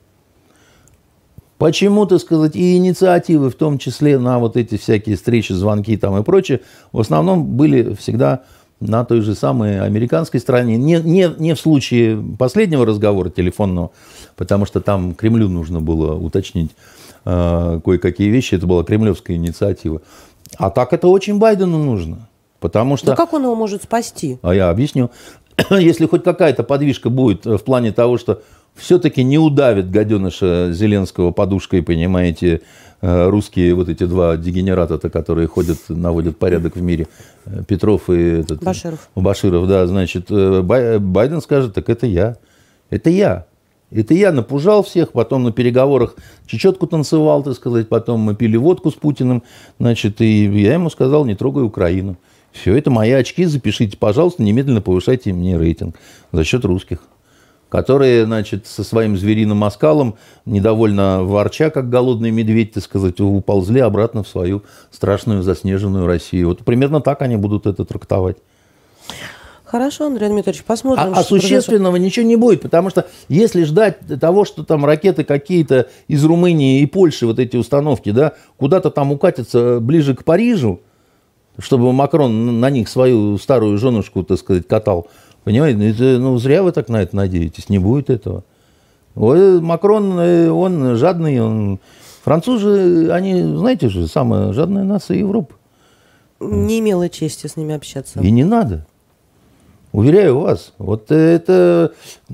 Почему, так сказать, и инициативы, в том числе на вот эти всякие встречи, звонки там и прочее, в основном были всегда на той же самой американской стороне. Не в случае последнего разговора телефонного, потому что там Кремлю нужно было уточнить кое-какие вещи. Это была кремлевская инициатива. А так это очень Байдену нужно. Потому что... Да как он его может спасти? А я объясню. Если хоть какая-то подвижка будет в плане того, что все-таки не удавит гаденыша Зеленского подушкой, понимаете, русские вот эти два дегенерата, которые ходят, наводят порядок в мире, Петров и Баширов, да, значит, Байден скажет, так это я. Это я напужал всех, потом на переговорах чечетку танцевал, так сказать, потом мы пили водку с Путиным, значит, и я ему сказал, не трогай Украину. Все, это мои очки, запишите, пожалуйста, немедленно повышайте мне рейтинг за счет русских, которые, значит, со своим звериным оскалом, недовольно ворча, как голодный медведь, так сказать, уползли обратно в свою страшную заснеженную Россию. Вот примерно так они будут это трактовать. Хорошо, Андрей Дмитриевич, посмотрим. А существенного ничего не будет, потому что если ждать того, что там ракеты какие-то из Румынии и Польши, вот эти установки, да, куда-то там укатятся ближе к Парижу, чтобы Макрон на них свою старую женушку, так сказать, катал, понимаете, это, ну, зря вы так на это надеетесь, не будет этого. Макрон, он жадный, французы, они, знаете же, самая жадная нация Европы. Не имела чести с ними общаться. И не надо. Уверяю вас, вот это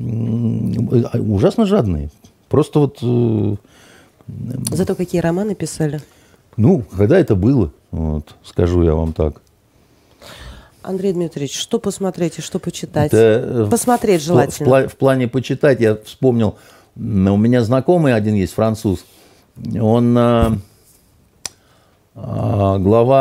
ужасно жадные. Просто вот... Зато какие романы писали. Ну, когда это было, вот, скажу я вам так. Андрей Дмитриевич, что посмотреть и что почитать? Посмотреть желательно. В плане почитать я вспомнил, у меня знакомый один есть, француз. Он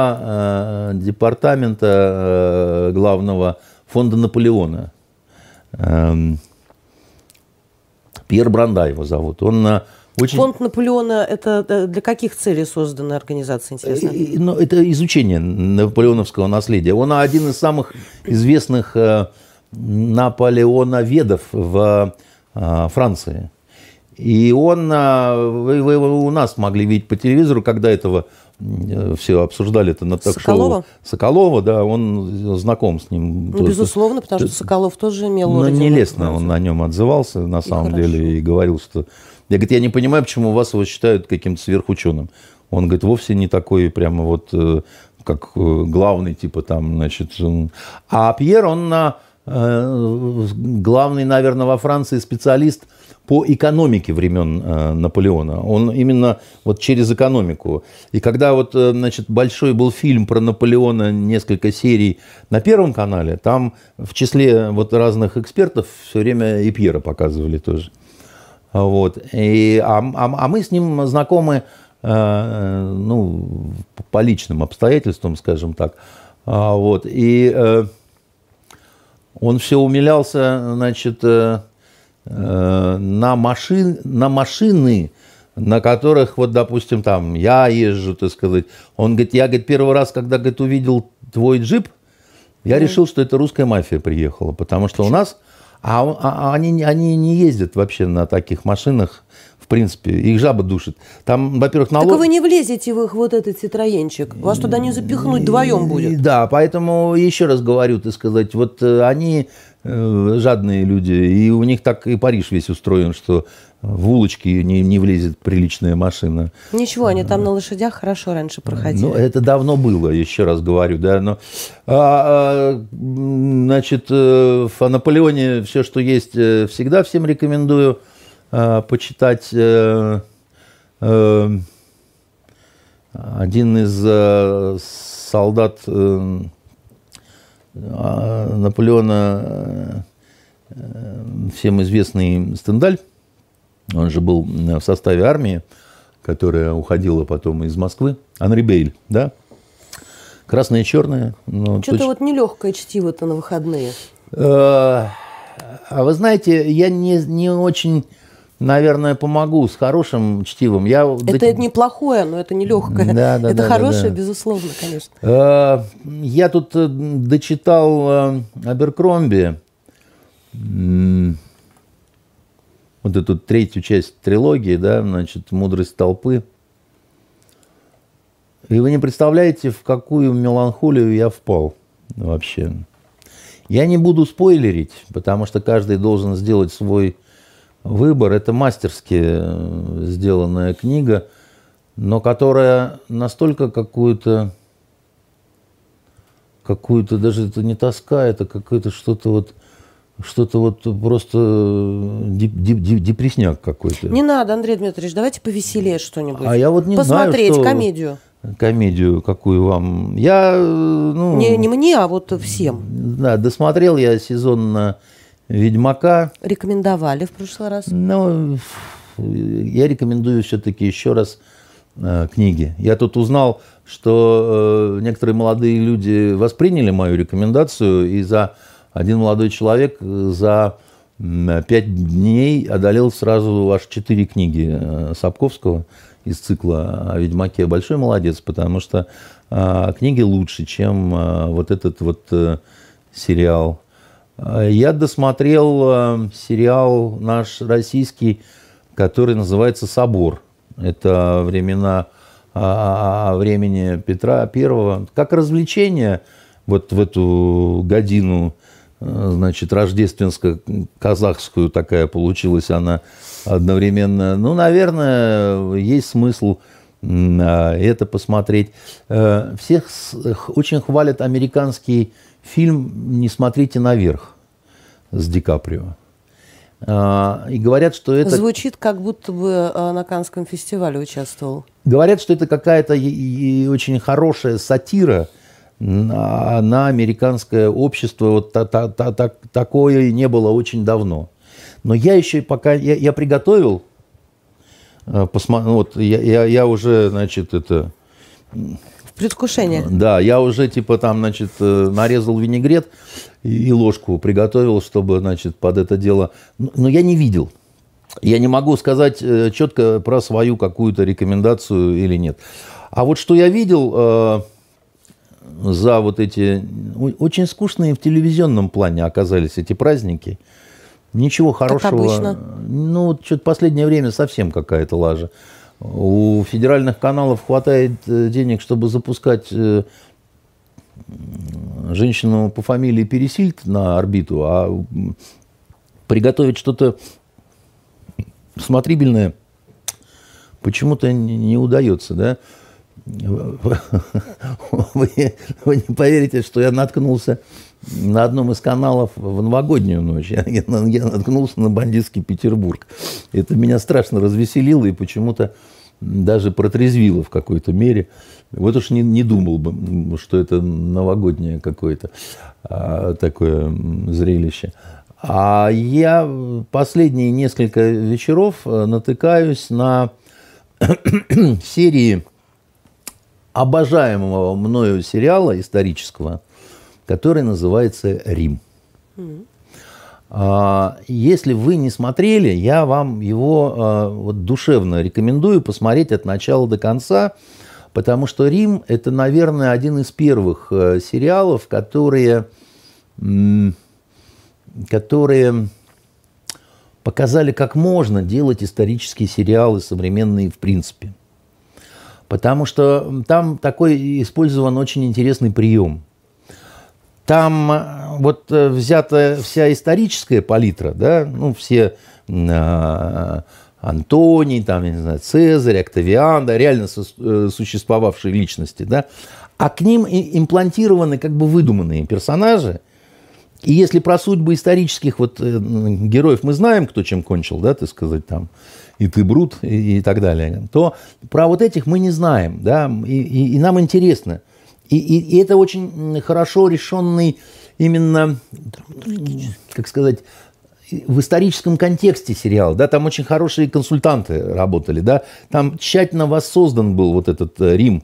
глава департамента главного фонда Наполеона. Пьер Бранда его зовут. Он очень... Фонд Наполеона – это для каких целей создана организация, интересно? Ну, это изучение наполеоновского наследия. Он один из самых известных наполеоноведов в Франции. И он, вы его у нас могли видеть по телевизору, когда этого все обсуждали это на ток-шоу Соколова, да, он знаком с ним. Ну, безусловно, потому что Соколов тоже имел орден. Ну, нелестно он на нем отзывался, на самом деле, и говорил, что... Я, говорит, я не понимаю, почему вас его считают каким-то сверхученым. Он, говорит, вовсе не такой прямо вот, как главный, типа там, значит... А Пьер, он главный, наверное, во Франции специалист по экономике времен Наполеона. Он именно вот через экономику. И когда вот, значит, большой был фильм про Наполеона, несколько серий на Первом канале, там в числе вот разных экспертов все время и Пьера показывали тоже. Вот. А мы с ним знакомы, ну, по личным обстоятельствам, скажем так. Вот. И он все умилялся, значит, на машины, на которых, вот, допустим, там, я езжу, так сказать. Он говорит, я, говорит, первый раз, когда, говорит, увидел твой джип, я решил, что это русская мафия приехала, потому что у нас... они не ездят вообще на таких машинах, в принципе, их жаба душит. Там, во-первых, налог... Так вы не влезете в их вот этот Citroёнчик, вас туда не запихнуть, вдвоем будет. Да, поэтому еще раз говорю, так сказать, вот они жадные люди, и у них так и Париж весь устроен, что в улочки не влезет приличная машина. Ничего, они там на лошадях хорошо раньше проходили. Ну, это давно было, еще раз говорю, да, но, значит, в Наполеоне все, что есть, всегда всем рекомендую почитать. Один из солдат Наполеона, всем известный Стендаль, он же был в составе армии, которая уходила потом из Москвы. Анри Бейль, да? Красное и черное. Ну, что-то вот нелегкое чтиво-то на выходные. А вы знаете, я не очень, наверное, помогу с хорошим чтивом. Это неплохое, но это не легкое. Да, это хорошее, да. безусловно, конечно. Я тут дочитал Аберкромби, вот эту третью часть трилогии, да, значит, «Мудрость толпы». И вы не представляете, в какую меланхолию я впал вообще. Я не буду спойлерить, потому что каждый должен сделать свой выбор. Это мастерски сделанная книга, но которая настолько какую-то даже это не тоска, это какое-то что-то вот просто депресняк какой-то. Не надо, Андрей Дмитриевич, давайте повеселее что-нибудь. А я вот не посмотреть знаю, комедию. Комедию какую вам? Я, не мне, а вот всем. Да, досмотрел я сезон «Ведьмака». Рекомендовали в прошлый раз. Ну, я рекомендую все-таки еще раз книги. Я тут узнал, что некоторые молодые люди восприняли мою рекомендацию, и один молодой человек за 5 дней одолел сразу аж 4 книги Сапковского из цикла о Ведьмаке. Большой молодец, потому что книги лучше, чем вот этот вот сериал. Я досмотрел сериал наш российский, который называется «Собор». Это времени Петра I. Как развлечение вот в эту годину, значит, рождественско-казахскую такая получилась она одновременно. Ну, наверное, есть смысл это посмотреть. Всех очень хвалят американский фильм «Не смотрите наверх» с Ди Каприо. И говорят, что это... Звучит, как будто бы на Каннском фестивале участвовал. Говорят, что это какая-то очень хорошая сатира на американское общество. Вот такое не было очень давно. Но я еще пока... Я приготовил... Вот, я уже, значит, это... В Предвкушение. Да, я уже типа там, значит, нарезал винегрет и ложку приготовил, чтобы, значит, под это дело... Но я не видел. Я не могу сказать четко про свою какую-то рекомендацию или нет. А вот что я видел за вот эти... Очень скучные в телевизионном плане оказались эти праздники. Ничего хорошего. Как обычно. Ну, что-то последнее время совсем какая-то лажа. У федеральных каналов хватает денег, чтобы запускать женщину по фамилии Пересильд на орбиту, а приготовить что-то смотрибельное почему-то не удается, да? Вы не поверите, что я наткнулся на одном из каналов в новогоднюю ночь. Я наткнулся на бандитский Петербург. Это меня страшно развеселило и почему-то даже протрезвило в какой-то мере. Вот уж не думал бы, что это новогоднее какое-то такое зрелище. А я последние несколько вечеров натыкаюсь на серии обожаемого мною сериала исторического, который называется «Рим». Если вы не смотрели, я вам его вот душевно рекомендую посмотреть от начала до конца, потому что «Рим» – это, наверное, один из первых сериалов, которые показали, как можно делать исторические сериалы современные в принципе. Потому что там такой использован очень интересный прием. Там вот взята вся историческая палитра, да, ну, все Антоний, там, я не знаю, Цезарь, Октавиан, да, реально существовавшие личности, да, а к ним имплантированы как бы выдуманные персонажи. И если про судьбы исторических вот героев мы знаем, кто чем кончил, да, так сказать, там, и ты Брут, и так далее, то про вот этих мы не знаем, да, и нам интересно. И это очень хорошо решенный именно, как сказать, в историческом контексте сериал, да, там очень хорошие консультанты работали, да, там тщательно воссоздан был вот этот Рим.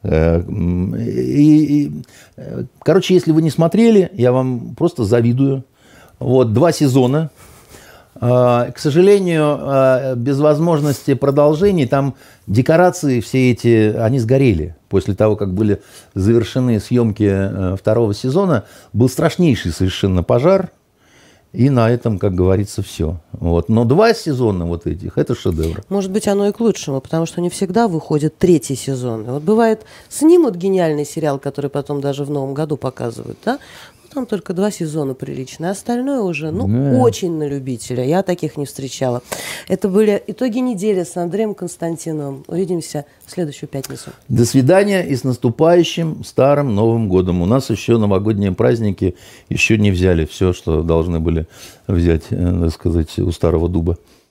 Короче, если вы не смотрели, я вам просто завидую. Вот, 2 сезона. К сожалению, без возможности продолжений, там декорации все эти, они сгорели. После того, как были завершены съемки 2-го сезона, был страшнейший совершенно пожар. И на этом, как говорится, все. Вот. Но 2 сезона вот этих – это шедевр. Может быть, оно и к лучшему, потому что не всегда выходит 3-й сезон. Вот бывает, снимут гениальный сериал, который потом даже в Новом году показывают, да? Там только 2 сезона приличные, остальное уже, очень на любителя. Я таких не встречала. Это были итоги недели с Андреем Константиновым. Увидимся в следующую пятницу. До свидания и с наступающим Старым Новым годом. У нас еще новогодние праздники еще не взяли все, что должны были взять, так сказать, у Старого Дуба.